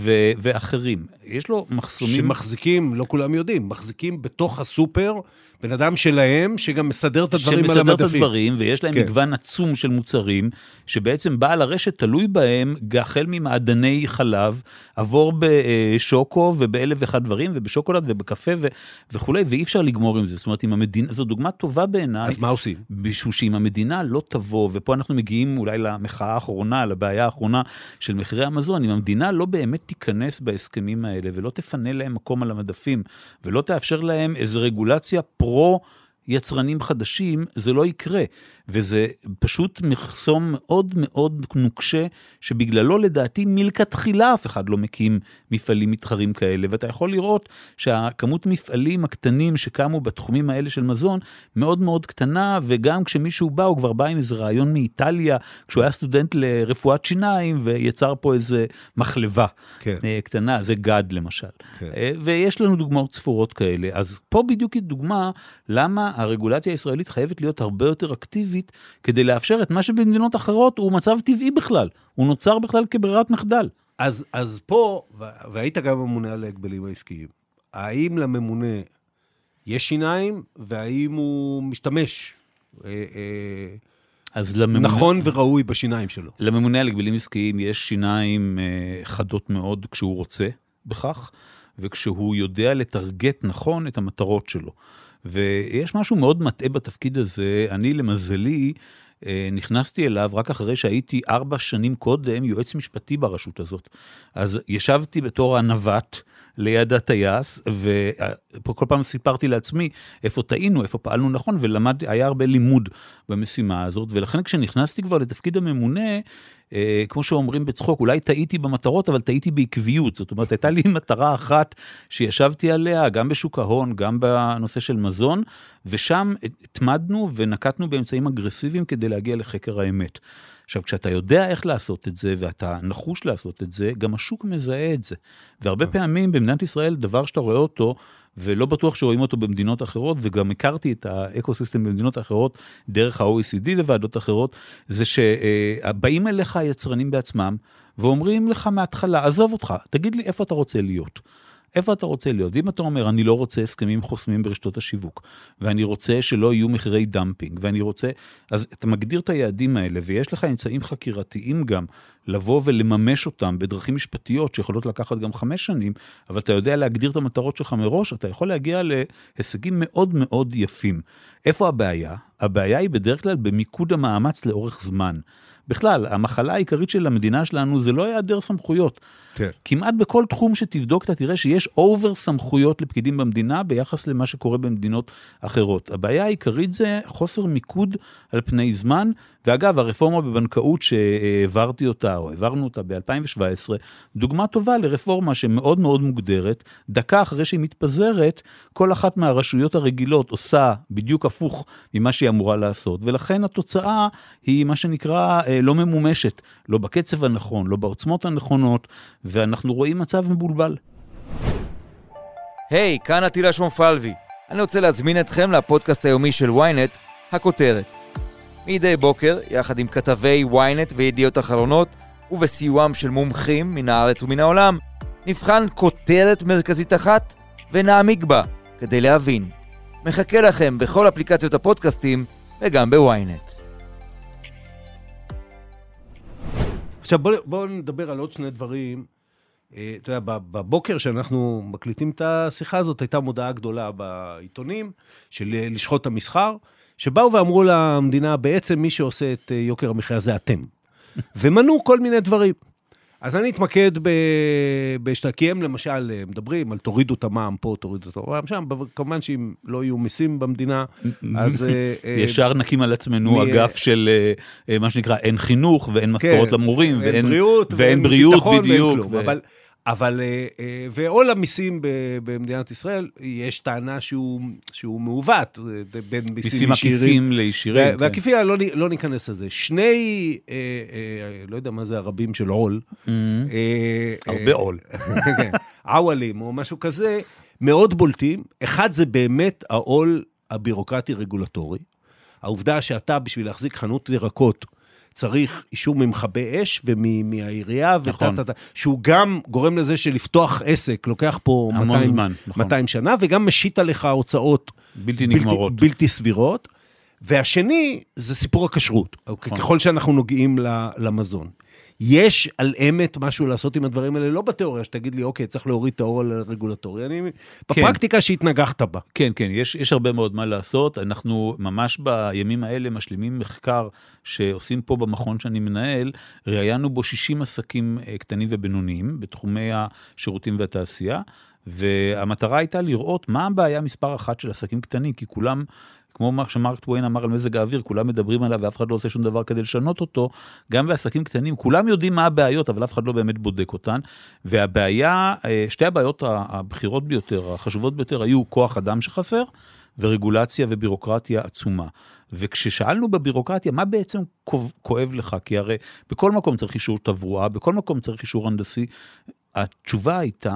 ואחרים. יש לו מחסומים... שמחזיקים, לא כולם יודעים, מחזיקים בתוך הסופר, בן אדם שלהם, שגם מסדר את הדברים על המדפים. שמסדר את הדברים, ויש להם מגוון עצום של מוצרים, שבעצם בעל הרשת תלוי בהם, החל ממעדני חלב, עבור בשוקו ובאלף ואחד דברים, ובשוקולד ובקפה וכו', ואי אפשר לגמור עם זה. זאת אומרת, אם המדינה, זו דוגמה טובה בעיניי. אז מה עושים? בשביל שאם המדינה לא תבוא, ופה אנחנו מגיעים אולי למחאה האחרונה, לבעיה האחרונה של מחירי המזון, אם המדינה לא באמת תיכנס בהסכמים האלה, ולא תפנה להם מקום על המדפים, ולא תאפשר להם איזו רגולציה יצרנים חדשים, זה לא יקרה, וזה פשוט מחסום מאוד מאוד נוקשה, שבגללו לדעתי מלכתחילה אף אחד לא מקים מפעלים מתחרים כאלה, ואתה יכול לראות שהכמות מפעלים הקטנים שקמו בתחומים האלה של מזון, מאוד מאוד קטנה, וגם כשמישהו בא, הוא כבר בא עם איזה רעיון מאיטליה, כשהוא היה סטודנט לרפואת שיניים, ויצר פה איזה מחלבה קטנה, זה גד למשל. ויש לנו דוגמאות ספורות כאלה, אז פה בדיוק היא דוגמה, למה הרגולציה הישראלית חייבת להיות הרבה יותר אקטיבית, כדי לאפשר את מה שבמדינות אחרות הוא מצב טבעי בכלל, הוא נוצר בכלל כברירת מחדל. אז פה, והיית גם ממונה על ההגבלים העסקיים, האם לממונה יש שיניים, והאם הוא משתמש נכון וראוי בשיניים שלו? לממונה על הגבלים עסקיים יש שיניים חדות מאוד כשהוא רוצה בכך, וכשהוא יודע לטרגט נכון את המטרות שלו. ויש משהו מאוד מטעה בתפקיד הזה, אני למזלי נכנסתי אליו רק אחרי שהייתי 4 שנים קודם יועץ משפטי ברשות הזאת. אז ישבתי בתור הנווט ליד הטייס, וכל פעם סיפרתי לעצמי איפה טעינו, איפה פעלנו נכון, היה הרבה לימוד במשימה הזאת, ולכן כשנכנסתי כבר לתפקיד הממונה, כמו שאומרים בצחוק, אולי טעיתי במטרות, אבל טעיתי בעקביות. זאת אומרת, הייתה לי מטרה אחת שישבתי עליה, גם בשוק ההון, גם בנושא של מזון, ושם התמדנו ונקטנו באמצעים אגרסיביים כדי להגיע לחקר האמת. עכשיו, כשאתה יודע איך לעשות את זה, ואתה נחוש לעשות את זה, גם השוק מזהה את זה. והרבה פעמים במדינת ישראל, דבר שאתה רואה אותו, ולא בטוח שרואים אותו במדינות אחרות, וגם הכרתי את האקוסיסטם במדינות אחרות, דרך ה-OECD וועדות אחרות, זה שבאים אליך היצרנים בעצמם, ואומרים לך מההתחלה, עזוב אותך, תגיד לי איפה אתה רוצה להיות. איפה אתה רוצה להיות? ואם אתה אומר, אני לא רוצה הסכמים חוסמים ברשתות השיווק, ואני רוצה שלא יהיו מחירי דמפינג, ואני רוצה, אז אתה מגדיר את היעדים האלה, ויש לך אמצעים חקירתיים גם, לבוא ולממש אותם בדרכים משפטיות, שיכולות לקחת גם 5 שנים, אבל אתה יודע להגדיר את המטרות שלך מראש, אתה יכול להגיע להישגים מאוד מאוד יפים. איפה הבעיה? הבעיה היא בדרך כלל במיקוד המאמץ לאורך זמן. בכלל, המחלה העיקרית של המדינה שלנו זה לא היעדר סמכויות. כן. כמעט בכל תחום שתבדוק, אתה תראה שיש אובר סמכויות לפקידים במדינה ביחס למה שקורה במדינות אחרות. הבעיה העיקרית זה חוסר מיקוד על פני זמן, ואגב, הרפורמה בבנקאות שהעברתי אותה, או העברנו אותה ב-2017, דוגמה טובה לרפורמה שמאוד מאוד מוגדרת, דקה אחרי שהיא מתפזרת, כל אחת מהרשויות הרגילות עושה בדיוק הפוך ממה שהיא אמורה לעשות, ולכן התוצאה היא מה שנקרא לא ממומשת, לא בקצב הנכון, לא בעוצמות הנכונות, ואנחנו רואים מצב מבולבל. היי, כאן עטילה שומפלבי. אני רוצה להזמין אתכם לפודקאסט היומי של ynet, הכותרת. מדי בוקר, יחד עם כתבי ynet וידיעות אחרונות, ובסיועם של מומחים מן הארץ ומן העולם, נבחן כותרת מרכזית אחת ונעמיק בה כדי להבין. מחכה לכם בכל אפליקציות הפודקאסטים וגם בוויינט. עכשיו בואו נדבר על עוד שני דברים. אתה יודע, בבוקר שאנחנו מקליטים את השיחה הזאת, הייתה מודעה גדולה בעיתונים של לשכות המסחר, שבאו ואמרו למדינה, בעצם מי שעושה את יוקר המחיה זה אתם. ומנו כל מיני דברים. אז אני אתמקד כי הם למשל מדברים על תורידו את המע"מ פה, תורידו את המע"מ שם, כמובן שאם לא יהיו מיסים במדינה, אז... ישר נקים על עצמנו אגף של מה שנקרא, אין חינוך ואין משכורות למורים, ואין בריאות בדיוק. אבל, ועול המיסים במדינת ישראל, יש טענה שהוא מעוות, בין מיסים עקיפים לישירים. והעקיפים, לא ניכנס לזה. שני, לא יודע מה זה הרבים של עול. הרבה עול. עוולים או משהו כזה, מאוד בולטים. אחד זה באמת העול הבירוקרטי רגולטורי. העובדה שאתה בשביל להחזיק חנות ירקות, צריך אישור ממכבי אש ומהעירייה, נכון. שהוא גם גורם לזה שלפתוח עסק, לוקח פה 200 שנה, וגם משית עליך הוצאות בלתי נגמרות. בלתי סבירות. והשני, זה סיפור הכשרות, ככל שאנחנו נוגעים למזון. יש על אמת משהו לעשות עם הדברים האלה, לא בתיאוריה, שתגיד לי, אוקיי, צריך להוריד את העול הרגולטורי, בפרקטיקה שהתנגחת בה. כן, כן, יש הרבה מאוד מה לעשות, אנחנו ממש בימים האלה משלימים מחקר שעושים פה במכון שאני מנהל, ראיינו בו 60 עסקים קטנים ובינוניים, בתחומי השירותים והתעשייה, והמטרה הייתה לראות מה הבעיה מספר אחת של עסקים קטנים, כי כולם... כמו שמרק טוויין אמר על מזג האוויר, כולם מדברים עליו ואף אחד לא עושה שום דבר כדי לשנות אותו, גם בעסקים קטנים, כולם יודעים מה הבעיות, אבל אף אחד לא באמת בודק אותן, והבעיה, שתי הבעיות הבכירות ביותר, החשובות ביותר, היו כוח אדם שחסר, ורגולציה ובירוקרטיה עצומה. וכששאלנו בבירוקרטיה, מה בעצם כואב לך? כי הרי בכל מקום צריך אישור תברואה, בכל מקום צריך אישור הנדסי, התשובה הייתה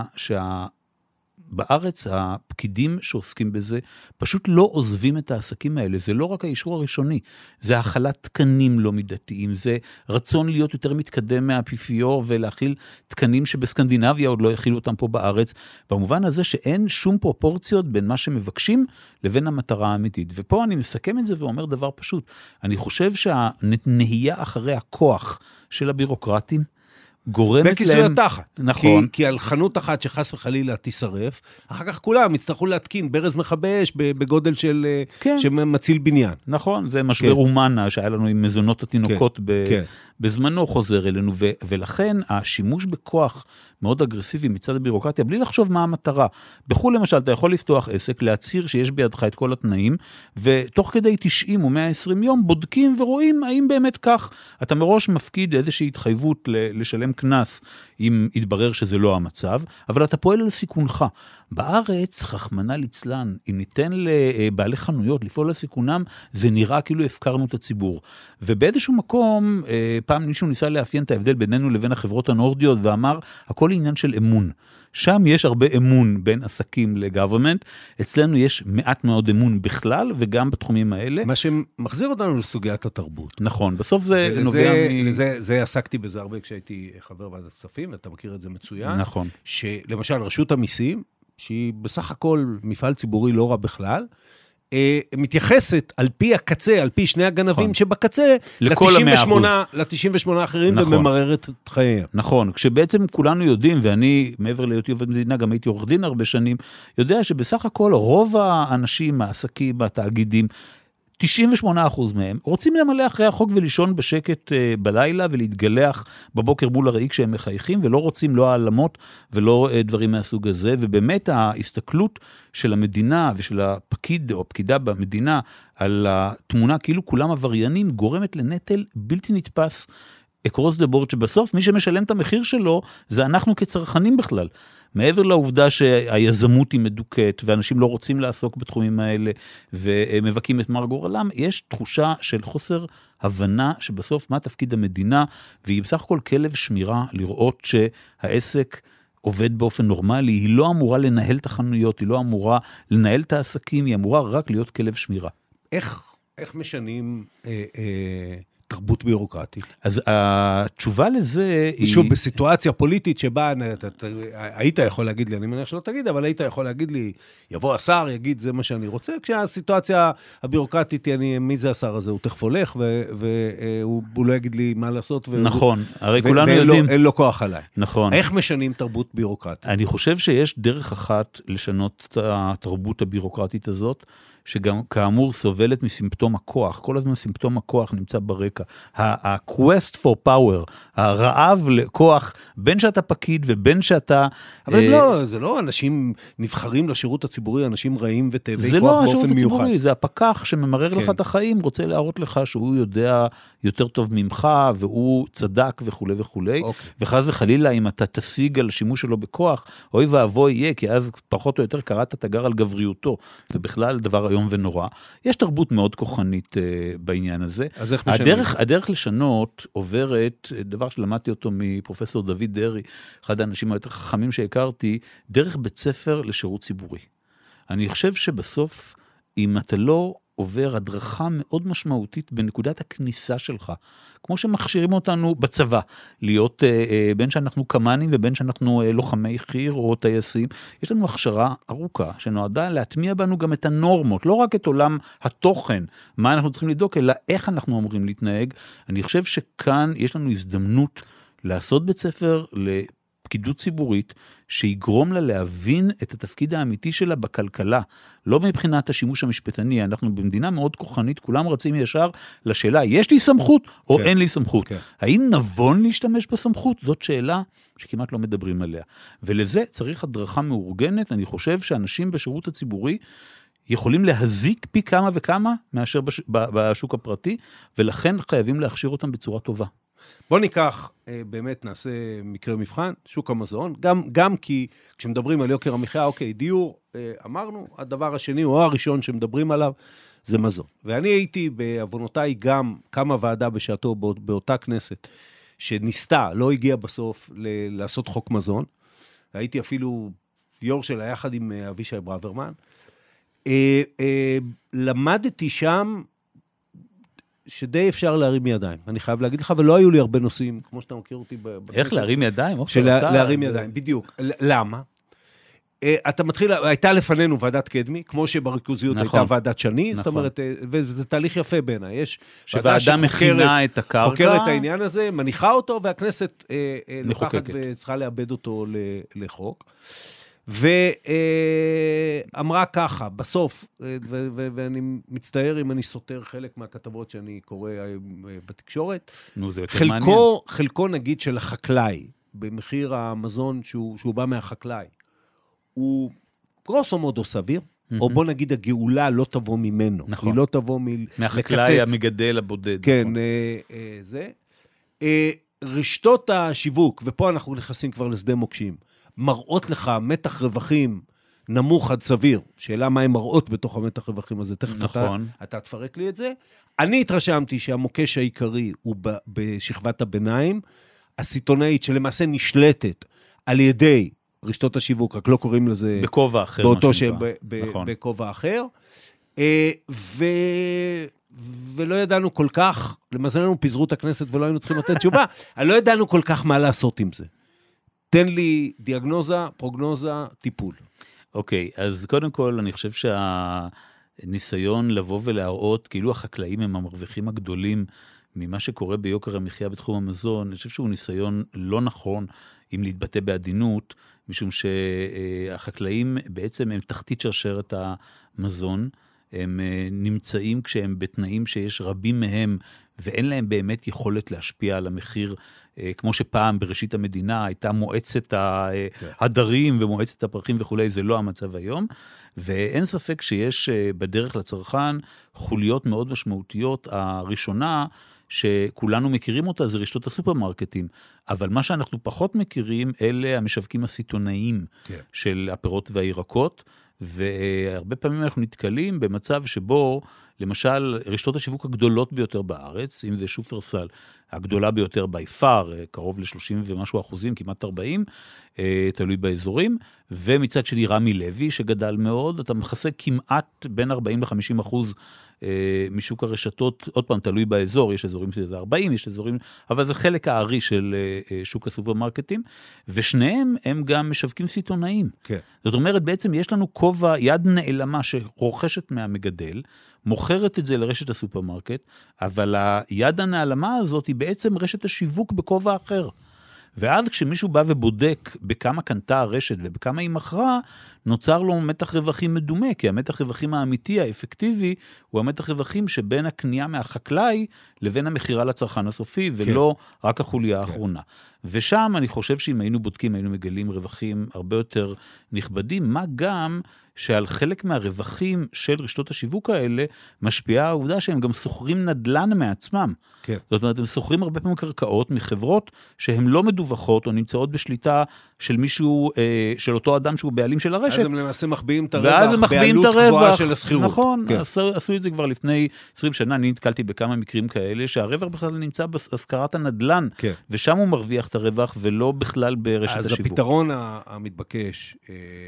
בארץ הפקידים שעוסקים בזה פשוט לא עוזבים את העסקים האלה, זה לא רק האישור הראשוני, זה החלת תקנים לא מידתיים, זה רצון להיות יותר מתקדם מהאפיפיור ולהכיל תקנים שבסקנדינביה עוד לא הכילו אותם פה בארץ, במובן הזה שאין שום פרופורציות בין מה שמבקשים לבין המטרה האמיתית, ופה אני מסכם את זה ואומר דבר פשוט, אני חושב שהנהייה אחרי הכוח של הבירוקרטים, גורמת להם... בכיסוי התחת. נכון. כי על חנות אחת שחס וחלילה תישרף, אחר כך כולם יצטרכו להתקין ברז מכבי אש בגודל של... כן. שמציל בניין. נכון, זה משבר אומנה שהיה לנו עם מזונות התינוקות בזמנו חוזר אלינו, ולכן השימוש בכוח מאוד אגרסיבי מצד הבירוקרטיה, בלי לחשוב מה המטרה. בחו"ל למשל, אתה יכול לפתוח עסק, להצהיר שיש בידך את כל התנאים, ותוך כדי 90 או 120 יום בודקים ורואים האם באמת כך. אתה מראש מפקיד איזושהי התחייבות לשלם כנס, אם יתברר שזה לא המצב, אבל אתה פועל על סיכונך. בארץ, חכמנה ליצלן, אם ניתן לבעלי חנויות לפעול על סיכונם, זה נראה כאילו הפקרנו את הציבור. ובאיזשהו מקום, פעם מישהו ניסה לאפיין את ההבדל בינינו לבין החברות הנורדיות, ואמר, הכל עניין של אמון. שם יש הרבה אמון בין עסקים לגוברמנט, אצלנו יש מעט מאוד אמון בכלל, וגם בתחומים האלה. מה שמחזיר אותנו לסוגיית התרבות. נכון, בסוף זה נובע זה עסקתי בזה הרבה כשהייתי חבר ועדת כספים, ואתה מכיר את זה מצוין. נכון. שלמשל רשות המיסים, שהיא בסך הכל מפעל ציבורי לא רע בכלל, מתייחסת על פי הקצה, על פי שני הגנבים שבקצה, ל-98 האחרים, וממררת את חייהם. נכון, כשבעצם כולנו יודעים, ואני מעבר להיותי עובד מדינה, גם הייתי עורך דין הרבה שנים, יודע שבסך הכל רוב האנשים, העסקים, התאגידים, 98% מהם רוצים למלא אחרי החוק ולישון בשקט בלילה ולהתגלח בבוקר מול הראי כשהם מחייכים, ולא רוצים לא העלמות ולא דברים מהסוג הזה, ובאמת ההסתכלות של המדינה ושל הפקיד או הפקידה במדינה על התמונה כאילו כולם עבריינים גורמת לנטל בלתי נתפס across the board, שבסוף מי שמשלם את המחיר שלו זה אנחנו כצרכנים בכלל. מעבר לעובדה שהיזמות היא מדוקת, ואנשים לא רוצים לעסוק בתחומים האלה, ומבקים את מר גורלם, יש תחושה של חוסר הבנה שבסוף מה תפקיד המדינה, והיא בסך הכל כלב שמירה לראות שהעסק עובד באופן נורמלי, היא לא אמורה לנהל את החנויות, היא לא אמורה לנהל את העסקים, היא אמורה רק להיות כלב שמירה. איך משנים תרבות ביורוקרטית? אז התשובה לזה היא... שוב, בסיטואציה פוליטית שבה היית יכול להגיד לי, אני מניח שלא תגיד, אבל היית יכול להגיד לי, יבוא השר, יגיד זה מה שאני רוצה, כשהסיטואציה הביורוקרטית, מי זה השר הזה? הוא תכף הולך, והוא לא יגיד לי מה לעשות. נכון, הרי כולנו יודעים... אין לו כוח עליי. נכון. איך משנים תרבות ביורוקרטית? אני חושב שיש דרך אחת לשנות את התרבות הביורוקרטית הזאת, שגם כאמור סובלת מסימפטום הכוח, כל הזמן סימפטום הכוח נמצא ברקע, ה-quest for power, הרעב לכוח, בין שאתה פקיד ובין שאתה... אבל לא, זה לא אנשים נבחרים לשירות הציבורי, אנשים רעים ותאבי כוח באופן מיוחד. זה לא השירות הציבורי, זה הפקח שממרר לך את החיים, רוצה להראות לך שהוא יודע יותר טוב ממך, והוא צדק וכו' וכו'. וחס וחלילה, אם אתה תשיג על שימוש שלו בכוח, אוי ואבוי יהיה, כי אז פחות או יותר קראת תגר על גבריותו. זה בכלל דבר היום ונורא. יש תרבות מאוד כוחנית בעניין הזה. אז איך משנים? הדרך לשנות עוברת, דבר שלמדתי אותו מפרופסור דוד דרי, אחד האנשים היותר חכמים שהכרתי, דרך בית ספר לשירות ציבורי. אני חושב שבסוף, אם אתה לא עובר הדרכה מאוד משמעותית בנקודת הכניסה שלך, כמו שמכשירים אותנו בצבא, להיות בין שאנחנו קמנים ובין שאנחנו לוחמי חיר או טייסים, יש לנו הכשרה ארוכה שנועדה להטמיע בנו גם את הנורמות, לא רק את עולם התוכן, מה אנחנו צריכים לדאוג, אלא איך אנחנו אמורים להתנהג. אני חושב שכאן יש לנו הזדמנות לעשות בית ספר לפקידות ציבורית, שיגרום לה להבין את התפקיד האמיתי שלה בכלכלה, לא מבחינת השימוש המשפטני, אנחנו במדינה מאוד כוחנית, כולם רצים ישר לשאלה, יש לי סמכות או אין לי סמכות? האם נבון להשתמש בסמכות? זאת שאלה שכמעט לא מדברים עליה. ולזה צריך הדרכה מאורגנת, אני חושב שאנשים בשירות הציבורי, יכולים להזיק פי כמה וכמה מאשר בשוק הפרטי, ולכן חייבים להכשיר אותם בצורה טובה. בוא ניקח, באמת נעשה מקרה מבחן, שוק המזון, גם כי כשמדברים על יוקר המחיה, אוקיי, דיור, אמרנו, הדבר השני או הראשון שמדברים עליו, זה מזון. ואני הייתי בעוונותיי גם כמה ועדה בשעתו באותה כנסת, שניסתה, לא הגיעה בסוף לעשות חוק מזון, הייתי אפילו יו"ר שלה יחד עם אבישי ברוורמן, למדתי שם, שדי אפשר להרים ידיים, אני חייב להגיד לך, ולא היו לי הרבה נושאים, כמו שאתה מכיר אותי איך להרים ידיים? להרים ידיים, בדיוק. למה? אתה מתחיל, הייתה לפנינו ועדת קדמי, כמו שבריכוזיות הייתה ועדת שני, זאת אומרת, וזה תהליך יפה בעיניי, יש שוועדה מכינה את הקרקע, חוקרת את העניין הזה, מניחה אותו, והכנסת לוקחת וצריכה לאבד אותו לחוק. ואמרה ככה, בסוף, ואני מצטער אם אני סותר חלק מהכתבות שאני קורא בתקשורת, חלקו נגיד של החקלאי, במחיר המזון שהוא בא מהחקלאי, הוא גרוסו מודו סביר, או בוא נגיד הגאולה לא תבוא ממנו, היא לא תבוא מהחקלאי המגדל הבודד. כן, זה. רשתות השיווק, ופה אנחנו נכנסים כבר לשדה מוקשים, מראות לך מתח רווחים נמוך עד סביר. שאלה מה הן מראות בתוך המתח רווחים הזה. תכף נכון. אתה תפרק לי את זה. אני התרשמתי שהמוקש העיקרי הוא בשכבת הביניים, הסיטונאית שלמעשה נשלטת על ידי רשתות השיווק, רק לא קוראים לזה... בכובע אחר. באותו שם, בכובע אחר. ולא ידענו כל כך, למזלנו פיזרו את הכנסת ולא היינו צריכים לתת תשובה, לא ידענו כל כך מה לעשות עם זה. תן לי דיאגנוזה, פרוגנוזה, טיפול. אוקיי, אז קודם כל אני חושב שהניסיון לבוא ולהראות, כאילו החקלאים הם המרוויחים הגדולים ממה שקורה ביוקר המחיה בתחום המזון, אני חושב שהוא ניסיון לא נכון, אם להתבטא בעדינות, משום שהחקלאים בעצם הם תחתית שרשרת המזון, הם נמצאים כשהם בתנאים שיש רבים מהם, ואין להם באמת יכולת להשפיע על המחיר, כמו שפעם בראשית המדינה הייתה מועצת ההדרים ומועצת הפרחים וכו', זה לא המצב היום, ואין ספק שיש בדרך לצרכן חוליות מאוד משמעותיות. הראשונה שכולנו מכירים אותה זה רשתות הסופרמרקטים, אבל מה שאנחנו פחות מכירים אלה המשווקים הסיטונאיים של הפירות והירקות, והרבה פעמים אנחנו נתקלים במצב שבו, למשל, רשתות השיווק הגדולות ביותר בארץ, אם זה שופרסל, הגדולה ביותר ביפר, קרוב ל-30 ומשהו אחוזים, כמעט 40, תלוי באזורים, ומצד שלי רמי לוי, שגדל מאוד, אתה מכסה כמעט בין 40 ל-50 אחוז משוק הרשתות, עוד פעם, תלוי באזור, יש אזורים שזה 40, יש אזורים, אבל זה חלק הארי של שוק הסופרמרקטים, ושניהם הם גם משווקים סיטונאים. כן. זאת אומרת, בעצם יש לנו כובע, יד נעלמה שרוכשת מהמגדל, מוכרת את זה לרשת הסופרמרקט, אבל היד הנעלמה הזאת היא בעצם רשת השיווק בכובע אחר. ואז כשמישהו בא ובודק בכמה קנתה הרשת ובכמה היא מכרה, נוצר לו מתח רווחים מדומה, כי המתח רווחים האמיתי, האפקטיבי, הוא המתח רווחים שבין הקנייה מהחקלאי לבין המחירה לצרכן הסופי, ולא רק החוליה האחרונה. ושם אני חושב שאם היינו בודקים, היינו מגלים רווחים הרבה יותר נכבדים, מה גם שעל חלק מהרווחים של רשתות השיווק האלה, משפיעה העובדה שהם גם סוחרים נדל"ן מעצמם. כן. זאת אומרת, הם סוחרים הרבה פעמים קרקעות מחברות שהן לא מדווחות, או נמצאות בשליטה של מישהו, של אותו אדם שהוא בעלים של הרשת. אז הם למעשה מחביאים את הרווח בעלות גבוהה של הסחירות. נכון, כן. עשו את זה כבר לפני 20 שנה, אני נתקלתי בכמה מקרים כאלה, שהרווח בכלל נמצא בהשכרת הנדל"ן, כן. ושם הוא מרוויח את הרווח, ולא בכלל ברשת השיווק. אז הפתרון המתבקש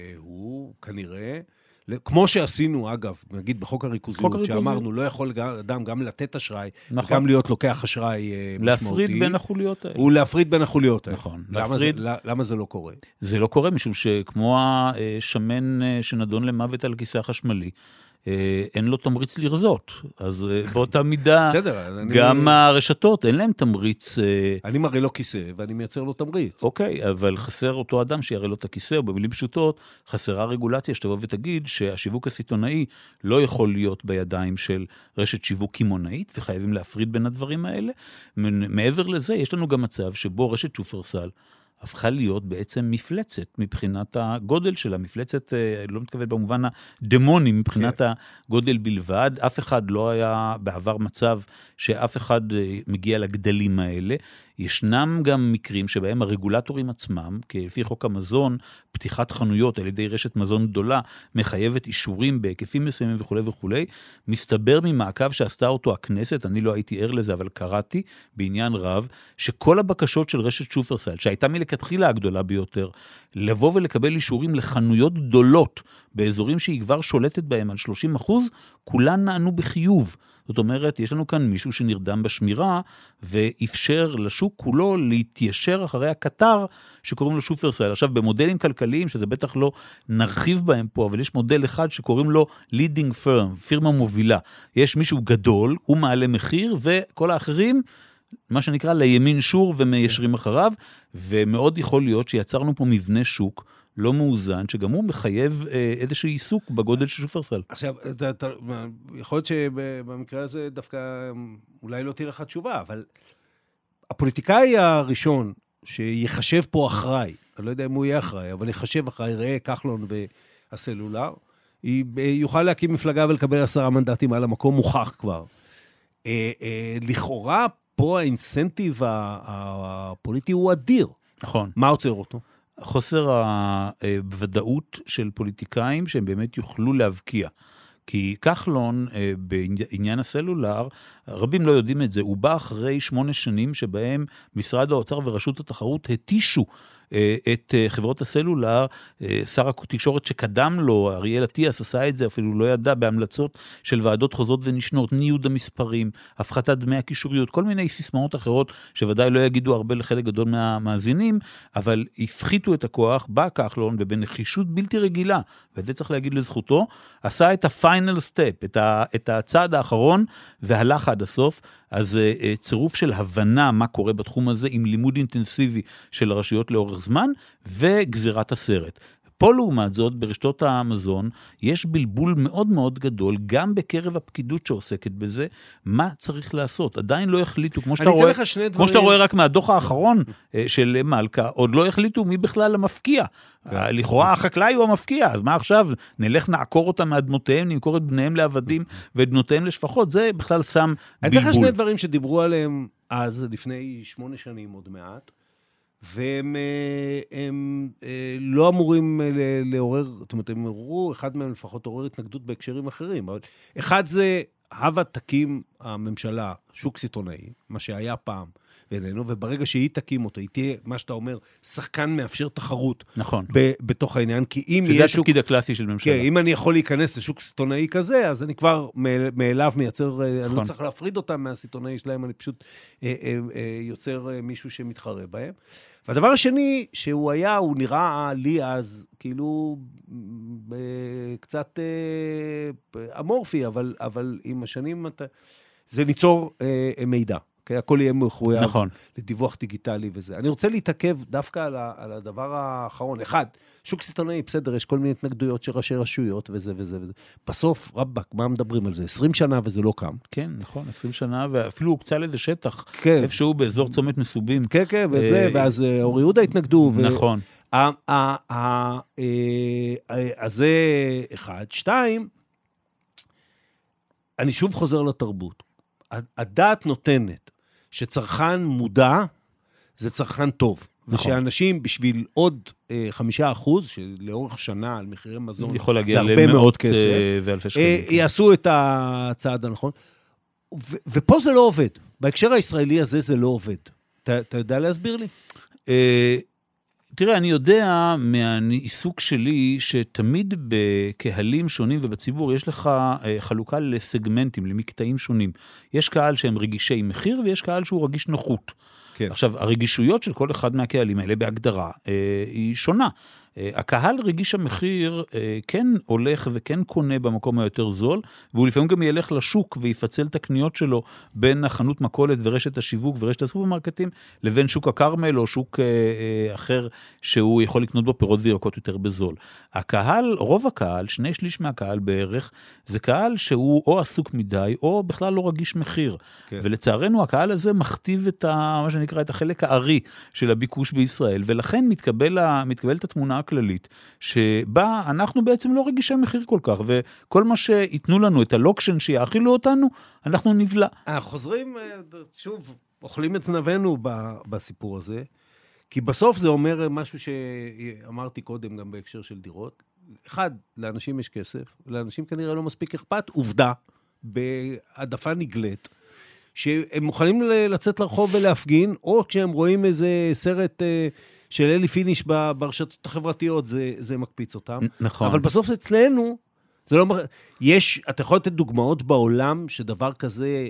הוא כנראה, כמו שעשינו, אגב, נגיד בחוק הריכוזיות, שאמרנו, לא יכול אדם גם לתת אשראי, גם להיות לוקח אשראי משמעותי. להפריד בין החוליות האלה. ולהפריד בין החוליות האלה. נכון. למה זה לא קורה? זה לא קורה, משום שכמו השמן שנדון למוות על הכיסא החשמלי, אין לו תמריץ לרזות, אז באותה מידה, גם הרשתות, אין להם תמריץ. אני מראה לו כיסא, ואני מייצר לו תמריץ. אוקיי, אבל חסר אותו אדם שיראה לו את הכיסא, או במילים פשוטות, חסרה רגולציה שתבוא ותגיד שהשיווק הסיטונאי לא יכול להיות בידיים של רשת שיווק קימונאית, וחייבים להפריד בין הדברים האלה. מעבר לזה, יש לנו גם מצב שבו רשת שופרסל, הפכה להיות בעצם מפלצת מבחינת הגודל שלה, מפלצת, לא מתכוון במובן הדמוני, מבחינת הגודל בלבד, אף אחד לא היה בעבר מצב שאף אחד מגיע לגדלים האלה, ישנם גם מקרים שבהם הרגולטורים עצמם, כפי חוק המזון, פתיחת חנויות על ידי רשת מזון גדולה, מחייבת אישורים בהיקפים מסוימים וכו' וכו', מסתבר ממעקב שעשתה אותו הכנסת, אני לא הייתי ער לזה, אבל קראתי בעניין רב, שכל הבקשות של רשת שופרסל, שהייתה מלכתחילה הגדולה ביותר, לבוא ולקבל אישורים לחנויות גדולות, באזורים שהיא כבר שולטת בהם על 30%, כולן נענו בחיוב. זאת אומרת, יש לנו כאן מישהו שנרדם בשמירה, ואפשר לשוק כולו להתיישר אחרי הקטר שקוראים לו שופרסל. עכשיו, במודלים כלכליים, שזה בטח לא נרחיב בהם פה, אבל יש מודל אחד שקוראים לו leading firm, פירמה מובילה. יש מישהו גדול, הוא מעלה מחיר, וכל האחרים, מה שנקרא, לימין שור ומיישרים אחריו, ומאוד יכול להיות שיצרנו פה מבנה שוק, לא מאוזן, שגם הוא מחייב איזשהו עיסוק בגודל של שופרסל. עכשיו, יכול להיות שבמקרה הזה דווקא אולי לא תהיה לך תשובה, אבל הפוליטיקאי הראשון שיחשב פה אחראי, אני לא יודע אם הוא יהיה אחראי, אבל יחשב אחראי, ראה כחלון והסלולר, יוכל להקים מפלגה ולקבל 10 מנדטים על המקום, מוכח כבר. לכאורה פה האינסנטיב הפוליטי הוא אדיר. נכון. מה עוצר אותו? חוסר הוודאות של פוליטיקאים שהם באמת יוכלו להבקיע. כי כחלון בעניין הסלולר, רבים לא יודעים את זה, הוא בא אחרי 8 שנים שבהם משרד האוצר ורשות התחרות התישו את חברות הסלולר, שר התקשורת שקדם לו, אריאל אטיאס עשה את זה, אפילו לא ידע, בהמלצות של ועדות חוזרות ונשנות, ניוד המספרים, הפחתת דמי הקישוריות, כל מיני סיסמאות אחרות, שוודאי לא יגידו הרבה לחלק גדול מהמאזינים, אבל הפחיתו את הכוח, בא כחלון, ובנחישות בלתי רגילה, וזה צריך להגיד לזכותו, עשה את הפיינל סטפ, את הצעד האחרון, והלך עד הסוף, אז צירוף של הבנה מה קורה בתחום הזה, עם לימוד אינטנסיבי של הרשויות לאורך זמן, וגזירת הסרט. פה לעומת זאת, ברשתות המזון, יש בלבול מאוד מאוד גדול, גם בקרב הפקידות שעוסקת בזה, מה צריך לעשות. עדיין לא החליטו, כמו שאתה רואה רק מהדוח האחרון של מלכה, עוד לא החליטו מי בכלל המפקיע. לכאורה החקלאי הוא המפקיע, אז מה עכשיו? נלך נעקור אותם מאדמותיהם, נמכור את בניהם לעבדים ואת בנותיהם לשפחות, זה בכלל שם בלבול. אני אתן לך שני דברים שדיברו עליהם אז, לפני 8 שנים עוד מעט, והם לא אמורים לעורר, זאת אומרת, הם עוררו, אחד מהם לפחות עורר התנגדות בהקשרים אחרים, אבל אחד זה, הווה תקים הממשלה, שוק סיטונאי, מה שהיה פעם, וברגע שהיא תקים אותו, היא תהיה, מה שאתה אומר, שחקן מאפשר תחרות. נכון. בתוך העניין, כי אם שזה התפקיד הקלאסי של ממשלה. כן, אם אני יכול להיכנס לשוק סיטונאי כזה, אז אני כבר מאליו מייצר, אני לא צריך להפריד אותם מהסיטונאי שלהם, אני פשוט יוצר מישהו שמתחרה בהם. והדבר השני, הוא נראה לי אז, כאילו, קצת אמורפי, אבל עם השנים, זה ליצור מידע. הכל יהיה מחויב לדיווח דיגיטלי וזה. אני רוצה להתעכב דווקא על הדבר האחרון. אחד, שוק סיטונאי, בסדר, יש כל מיני התנגדויות של ראשי רשויות וזה וזה וזה. בסוף, רבק, מה מדברים על זה? 20 שנה וזה לא קם. כן, נכון, 20 שנה, ואפילו הוקצה לזה שטח, איפשהו באזור צומת מסובים. כן, כן, וזה, ואז אור יהודה התנגדו. נכון. אז זה אחד. 2, אני שוב חוזר לתרבות. הדעת נותנת שצרכן מודע, זה צרכן טוב. נכון. ושאנשים בשביל עוד 5%, שלאורך שנה על מחירי מזון, זה הרבה מאוד כסף, ואלפי שקלים. יעשו את הצעד הנכון. ופה זה לא עובד. בהקשר הישראלי הזה זה לא עובד. אתה יודע להסביר לי? תראה, אני יודע מהעיסוק שלי שתמיד בקהלים שונים ובציבור יש לך חלוקה לסגמנטים, למקטעים שונים. יש קהל שהם רגישי מחיר ויש קהל שהוא רגיש נוחות. כן. עכשיו, הרגישויות של כל אחד מהקהלים האלה בהגדרה היא שונה. הקהל רגיש המחיר כן הולך וכן קונה במקום היותר זול, והוא לפעמים גם ילך לשוק ויפצל את הקניות שלו בין החנות מכולת ורשת השיווק ורשת הסופרמרקטים, לבין שוק הקרמל או שוק אחר שהוא יכול לקנות בו פירות וירקות יותר בזול. הקהל, רוב הקהל, 2/3 מהקהל בערך, זה קהל שהוא או עסוק מדי או בכלל לא רגיש מחיר. כן. ולצערנו הקהל הזה מכתיב את מה שנקרא את החלק הארי של הביקוש בישראל, ולכן מתקבלת התמונה הכללית, שבה אנחנו בעצם לא רגישי מחיר כל כך, וכל מה שיתנו לנו את הלוקשן שיאכילו אותנו, אנחנו נבלע. חוזרים, שוב, אוכלים את זנבנו בסיפור הזה, כי בסוף זה אומר משהו שאמרתי קודם גם בהקשר של דירות. אחד, לאנשים יש כסף, לאנשים כנראה לא מספיק אכפת, עובדה, בהעדפה נגלית, שהם מוכנים לצאת לרחוב ולהפגין, או כשהם רואים איזה סרט של אלי פיניש ברשתות החברתיות, זה מקפיץ אותם. נכון. אבל בסוף אצלנו, זה לא... אתה יכול לתת דוגמאות בעולם שדבר כזה,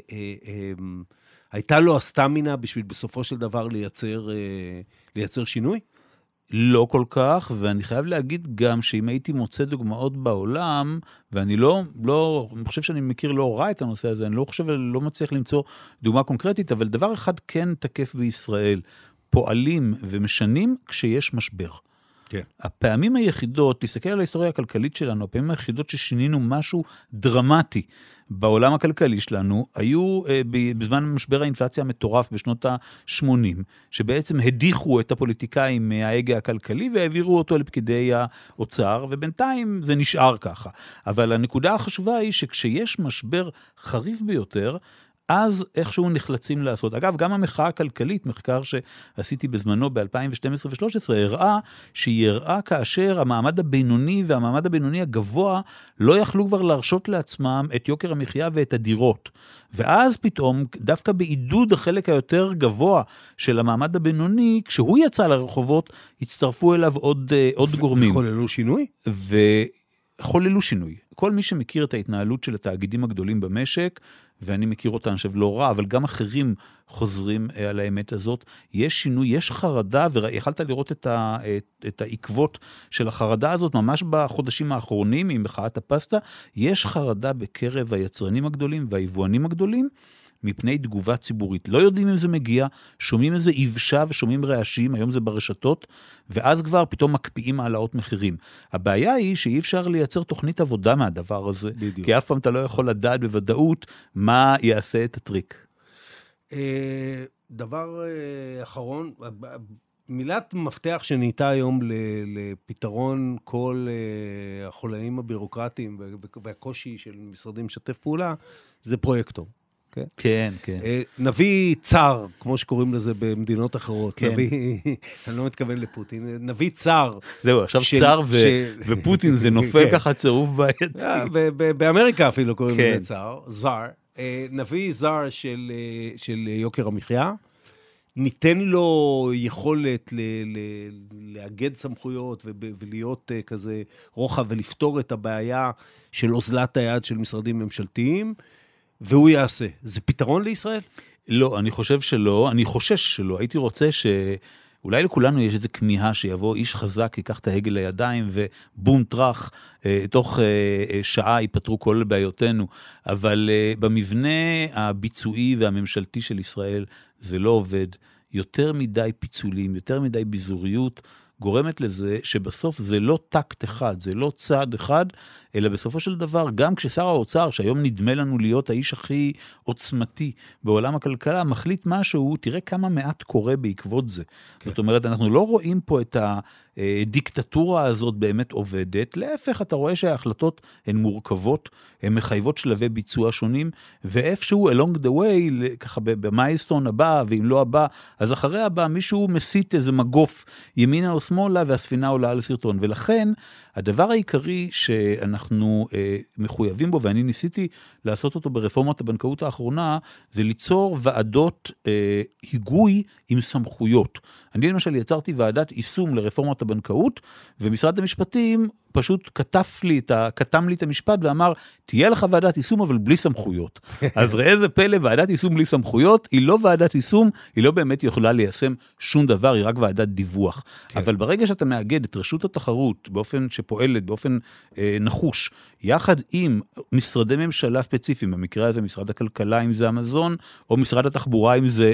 הייתה לו הסטמינה בשביל בסופו של דבר לייצר שינוי? לא כל כך, ואני חייב להגיד גם שאם הייתי מוצא דוגמאות בעולם, ואני אני חושב שאני מכיר לא רע את הנושא הזה, אני לא מצליח למצוא דוגמה קונקרטית, אבל דבר אחד כן תקף בישראל, פועלים ומשנים כשיש משבר. כן. הפעמים היחידות, תסתכל על ההיסטוריה הכלכלית שלנו, הפעמים היחידות ששינינו משהו דרמטי בעולם הכלכלי שלנו, היו בזמן משבר האינפלציה המטורף בשנות ה-80, שבעצם הדיחו את הפוליטיקאים מההגה הכלכלי, והעבירו אותו לפקידי האוצר, ובינתיים זה נשאר ככה. אבל הנקודה החשובה היא שכשיש משבר חריף ביותר, אז איכשהו נחלצים לעשות. אגב, גם המחאה הכלכלית, מחקר שעשיתי בזמנו ב-2012 ו-2013, הראה שהיא הראה כאשר המעמד הבינוני והמעמד הבינוני הגבוה לא יכלו כבר להרשות לעצמם את יוקר המחיה ואת הדירות. ואז פתאום, דווקא בעידוד החלק היותר גבוה של המעמד הבינוני, כשהוא יצא לרחובות, הצטרפו אליו עוד גורמים. וחוללו שינוי? וחוללו שינוי. כל מי שמכיר את ההתנהלות של התאגידים הגדולים במשק, ואני מכיר אותה, אני חושב לא רע, אבל גם אחרים חוזרים על האמת הזאת, יש שינוי, יש חרדה, ויכלת לראות את העקבות של החרדה הזאת, ממש בחודשים האחרונים, עם מחאת הפסטה, יש חרדה בקרב היצרנים הגדולים והיבואנים הגדולים, מפני תגובה ציבורית. לא יודעים אם זה מגיע, שומעים איזה יבשה ושומעים רעשים, היום זה ברשתות, ואז כבר פתאום מקפיאים העלאות מחירים. הבעיה היא שאי אפשר לייצר תוכנית עבודה מהדבר הזה, בדיוק. כי אף פעם אתה לא יכול לדעת בוודאות מה יעשה את הטריק. דבר אחרון, מילת מפתח שנהייתה היום לפתרון כל החולאים הבירוקרטיים והקושי של משרדים לשתף פעולה, זה פרויקטור. כן, כן. נביא צר, כמו שקוראים לזה במדינות אחרות. כן. נביא, אני לא מתכוון לפוטין, נביא צר. זהו, עכשיו צר ופוטין זה נופל ככה צירוף בעייתי. באמריקה אפילו קוראים לזה צר, זר. נביא זר של יוקר המחיה, ניתן לו יכולת לאגד סמכויות ולהיות כזה רוחב ולפתור את הבעיה של אוזלת היד של משרדים ממשלתיים, והוא יעשה. זה פתרון לישראל? לא, אני חושב שלא, אני חושש שלא. הייתי רוצה שאולי לכולנו יש איזו כמיהה שיבוא איש חזק, ייקח את ההגל לידיים ובום טרח, תוך שעה ייפתרו כל בעיותינו, אבל במבנה הביצועי והממשלתי של ישראל זה לא עובד. יותר מדי פיצולים, יותר מדי ביזוריות, גורמת לזה שבסוף זה לא טקט אחד, זה לא צעד אחד, אלא בסופו של דבר, גם כששר האוצר, שהיום נדמה לנו להיות האיש הכי עוצמתי בעולם הכלכלה, מחליט משהו, תראה כמה מעט קורה בעקבות זה. כן. זאת אומרת, אנחנו לא רואים פה את הדיקטטורה הזאת באמת עובדת, להפך, אתה רואה שההחלטות הן מורכבות, הן מחייבות שלבי ביצוע שונים, ואיפשהו along the way, ככה במייסטון הבא, ואם לא הבא, אז אחרי הבא מישהו מסית איזה מגוף ימינה או שמאלה, והספינה עולה על סרטון. ולכן, הדבר העיקרי שאנחנו מחויבים בו, ואני ניסיתי לעשות אותו ברפורמת הבנקאות האחרונה, זה ליצור ועדות היגוי עם סמכויות. אני למשל יצרתי ועדת יישום לרפורמת הבנקאות, ומשרד המשפטים פשוט כתב לי את המשפט ואמר, תהיה לך ועדת יישום אבל בלי סמכויות. אז ראה איזה פלא, ועדת יישום בלי סמכויות, היא לא ועדת יישום, היא לא באמת יכולה ליישם שום דבר, היא רק ועדת דיווח. כן. אבל ברגע שאתה מאגד את רשות התחרות, באופן שפועלת, באופן נחוש, יחד עם משרדי ממשלה ספציפיים, במקרה הזה משרד הכלכלה אם זה המזון, או משרד התחבורה אם זה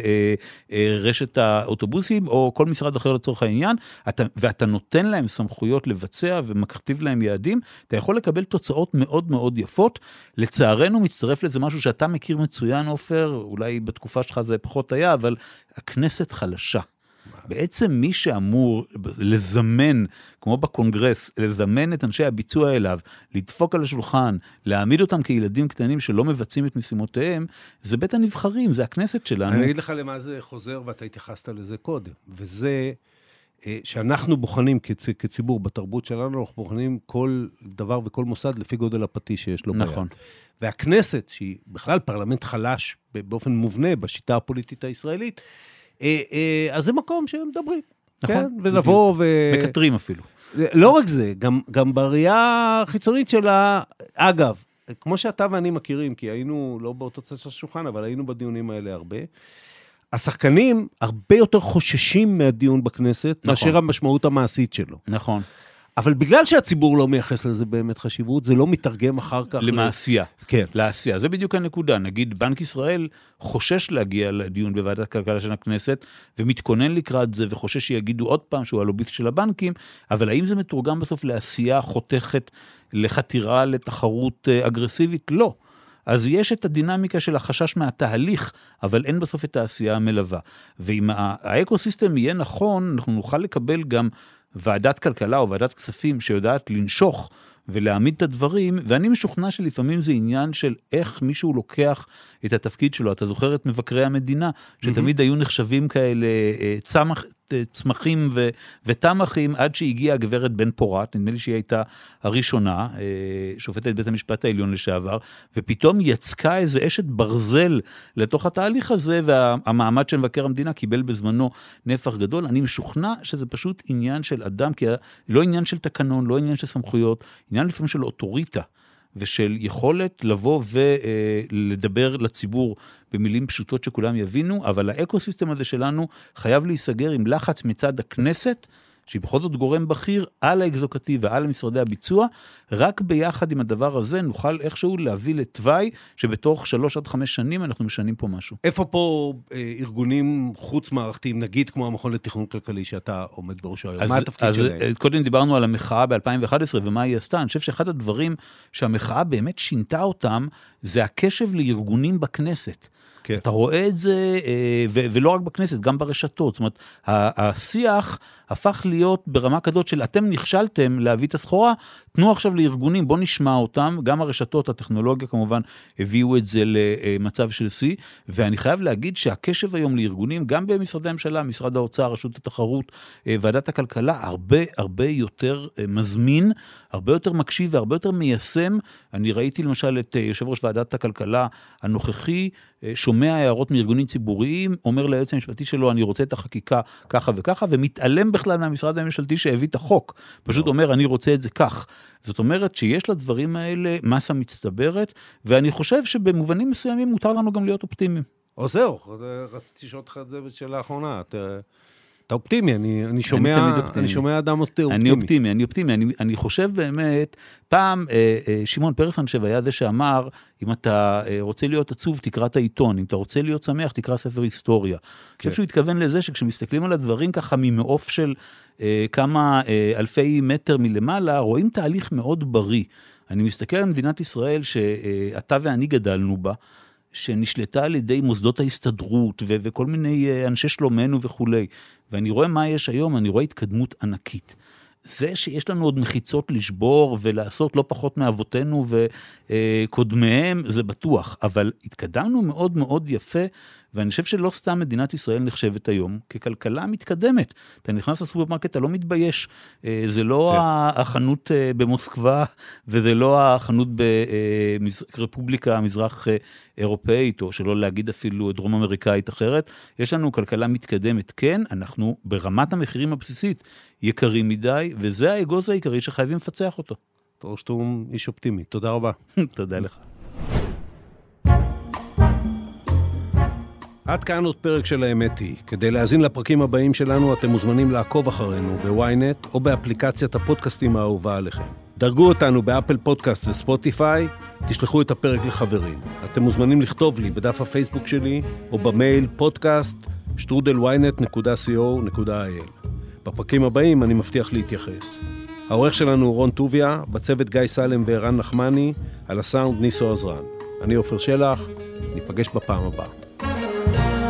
רשת האוטובוסים, או כל משרד אחר לצורך העניין, ואתה נותן להם סמכויות לבצע ומכתיב להם יעדים, אתה יכול לקבל תוצאות מאוד מאוד יפות. לצערנו מצטרף לזה משהו שאתה מכיר מצוין, עופר, אולי בתקופה שלך זה פחות היה, אבל הכנסת חלשה. בעצם מי שאמור לזמן, כמו בקונגרס, לזמן את אנשי הביצוע אליו, לדפוק על השולחן, להעמיד אותם כילדים קטנים שלא מבצעים את משימותיהם, זה בית הנבחרים, זה הכנסת שלנו. אני אגיד לך למה זה חוזר, ואתה התייחסת לזה קודם, וזה שאנחנו בוחנים כציבור בתרבות שלנו, אנחנו בוחנים כל דבר וכל מוסד לפי גודל הפטיש שיש לו ביד. נכון. והכנסת, שהיא בכלל פרלמנט חלש באופן מובנה בשיטה הפוליטית הישראלית, אז זה מקום שהם מדברים. נכון. כן? ולבוא מקטרים אפילו. לא רק זה, גם בראייה החיצונית שלה, אגב, כמו שאתה ואני מכירים, כי היינו לא באותו צד של השולחן, אבל היינו בדיונים האלה הרבה, השחקנים הרבה יותר חוששים מהדיון בכנסת, נכון. מאשר המשמעות המעשית שלו. נכון. אבל בגלל שהציבור לא מייחס לזה באמת חשיבות, זה לא מתרגם אחר כך. למעשייה. כן. לעשייה. זה בדיוק הנקודה. נגיד, בנק ישראל חושש להגיע לדיון בוועדת כלכלה של הכנסת, ומתכונן לקראת זה, וחושש שיגידו עוד פעם שהוא הלוביסט של הבנקים, אבל האם זה מתורגם בסוף לעשייה חותכת, לחתירה לתחרות אגרסיבית? לא. אז יש את הדינמיקה של החשש מהתהליך, אבל אין בסוף את העשייה המלווה. ואם האקוסיסטם יהיה נכון, אנחנו נוכל לקבל גם ועדת כלכלה או ועדת כספים שיודעת לנשוך ולהעמיד את הדברים, ואני משוכנע שלפעמים זה עניין של איך מישהו לוקח את התפקיד שלו. אתה זוכר את מבקרי המדינה, שתמיד היו נחשבים כאלה צמחים ותמחים, עד שהגיעה הגברת בן פורת, נדמה לי שהיא הייתה הראשונה, שופטת בית המשפט העליון לשעבר, ופתאום יצקה איזה אשת ברזל לתוך התהליך הזה, והמעמד של מבקר המדינה קיבל בזמנו נפח גדול. אני משוכנע שזה פשוט עניין של אדם, כי לא עניין של תקנון, לא עניין של סמכויות, עניין לפעמים של אוטוריטה, ושל יכולת לבוא ולדבר לציבור במילים פשוטות שכולם יבינו, אבל האקוסיסטם הזה שלנו חייב להיסגר עם לחץ מצד הכנסת, שהיא בכל זאת גורם בכיר על האקזוקטיב ועל משרדי הביצוע, רק ביחד עם הדבר הזה נוכל איכשהו להביא לתוואי שבתוך 3 עד 5 שנים אנחנו משנים פה משהו. איפה פה ארגונים חוץ-מערכתיים, נגיד כמו המכון לתכנון כלכלי שאתה עומד בראשו היום? מה התפקיד שלהם? אז קודם דיברנו על המחאה ב-2011 ומה היא עשתה. אני חושב שאחד הדברים שהמחאה באמת שינתה אותם, זה הקשב לארגונים בכנסת. כן. אתה רואה את זה, ולא רק בכנסת, גם ברשתות. זאת אומרת, השיח הפך להיות ברמה כזאת של אתם נכשלתם להביא את הסחורה, תנו עכשיו לארגונים, בוא נשמע אותם, גם הרשתות, הטכנולוגיה כמובן, הביאו את זה למצב של C, ואני חייב להגיד שהקשב היום לארגונים, גם במשרדי הממשלה, משרד האוצר, רשות התחרות, ועדת הכלכלה, הרבה יותר מזמין, הרבה יותר מקשיב והרבה יותר מיישם. אני ראיתי למשל את יושב ראש ועדת הכלכלה הנוכחי, שומע הערות מארגונים ציבוריים, אומר ליועץ המשפטי שלו, אני רוצה את החקיקה ככה וככה, ומתעלם בכלל מהמשרד הממשלתי שהביא את החוק. פשוט אומר, אני רוצה את זה כך. זאת אומרת שיש לדברים האלה מסה מצטברת, ואני חושב שבמובנים מסוימים מותר לנו גם להיות אופטימיים. או זהו, רציתי לשאול אותך את זה בשאלה האחרונה. אתה אופטימי, אני שומע אדם אופטימי. אני אופטימי. אני חושב באמת, פעם שמעון פרס אני חושב היה זה שאמר, אם אתה רוצה להיות עצוב, תקרא את העיתון, אם אתה רוצה להיות שמח, תקרא ספר היסטוריה. אני חושב שהוא התכוון לזה שכשמסתכלים על הדברים ככה ממעוף של כמה אלפי מטר מלמעלה, רואים תהליך מאוד בריא. אני מסתכל על מדינת ישראל שאתה ואני גדלנו בה, שנשלטה על ידי מוסדות ההסתדרות וכל מיני אנשי שלומנו וכולי. ואני רואה מה יש היום, אני רואה התקדמות ענקית. זה שיש לנו עוד מחיצות לשבור ולעשות לא פחות מאבותינו וקודמיהם, זה בטוח. אבל התקדמנו מאוד מאוד יפה, ואני חושב שלא סתם מדינת ישראל נחשבת היום ככלכלה מתקדמת. אתה נכנס לסופרמרקט, אתה לא מתבייש. זה לא החנות במוסקבה, וזה לא החנות ברפובליקה המזרח אירופאית, או שלא להגיד אפילו דרום אמריקאית אחרת. יש לנו כלכלה מתקדמת. כן, אנחנו ברמת המחירים הבסיסית יקרים מדי, וזה האגוז העיקרי שחייבים לפצח אותו. טרושטום איש אופטימי. תודה רבה. תודה לך. עד כאן עוד פרק של האמת היא. כדי להאזין לפרקים הבאים שלנו, אתם מוזמנים לעקוב אחרינו בוויינט או באפליקציית הפודקאסטים האהובה עליכם. דרגו אותנו באפל פודקאסט וספוטיפיי, תשלחו את הפרק לחברים. אתם מוזמנים לכתוב לי בדף הפייסבוק שלי או במייל podcast@ynet.co.il. בפרקים הבאים אני מבטיח להתייחס. העורך שלנו הוא רון טוביה, בצוות גיא סלם וערן נחמני, על הסאונד ניסו עזרן. אני עופר שלח, ניפגש בפעם הבאה.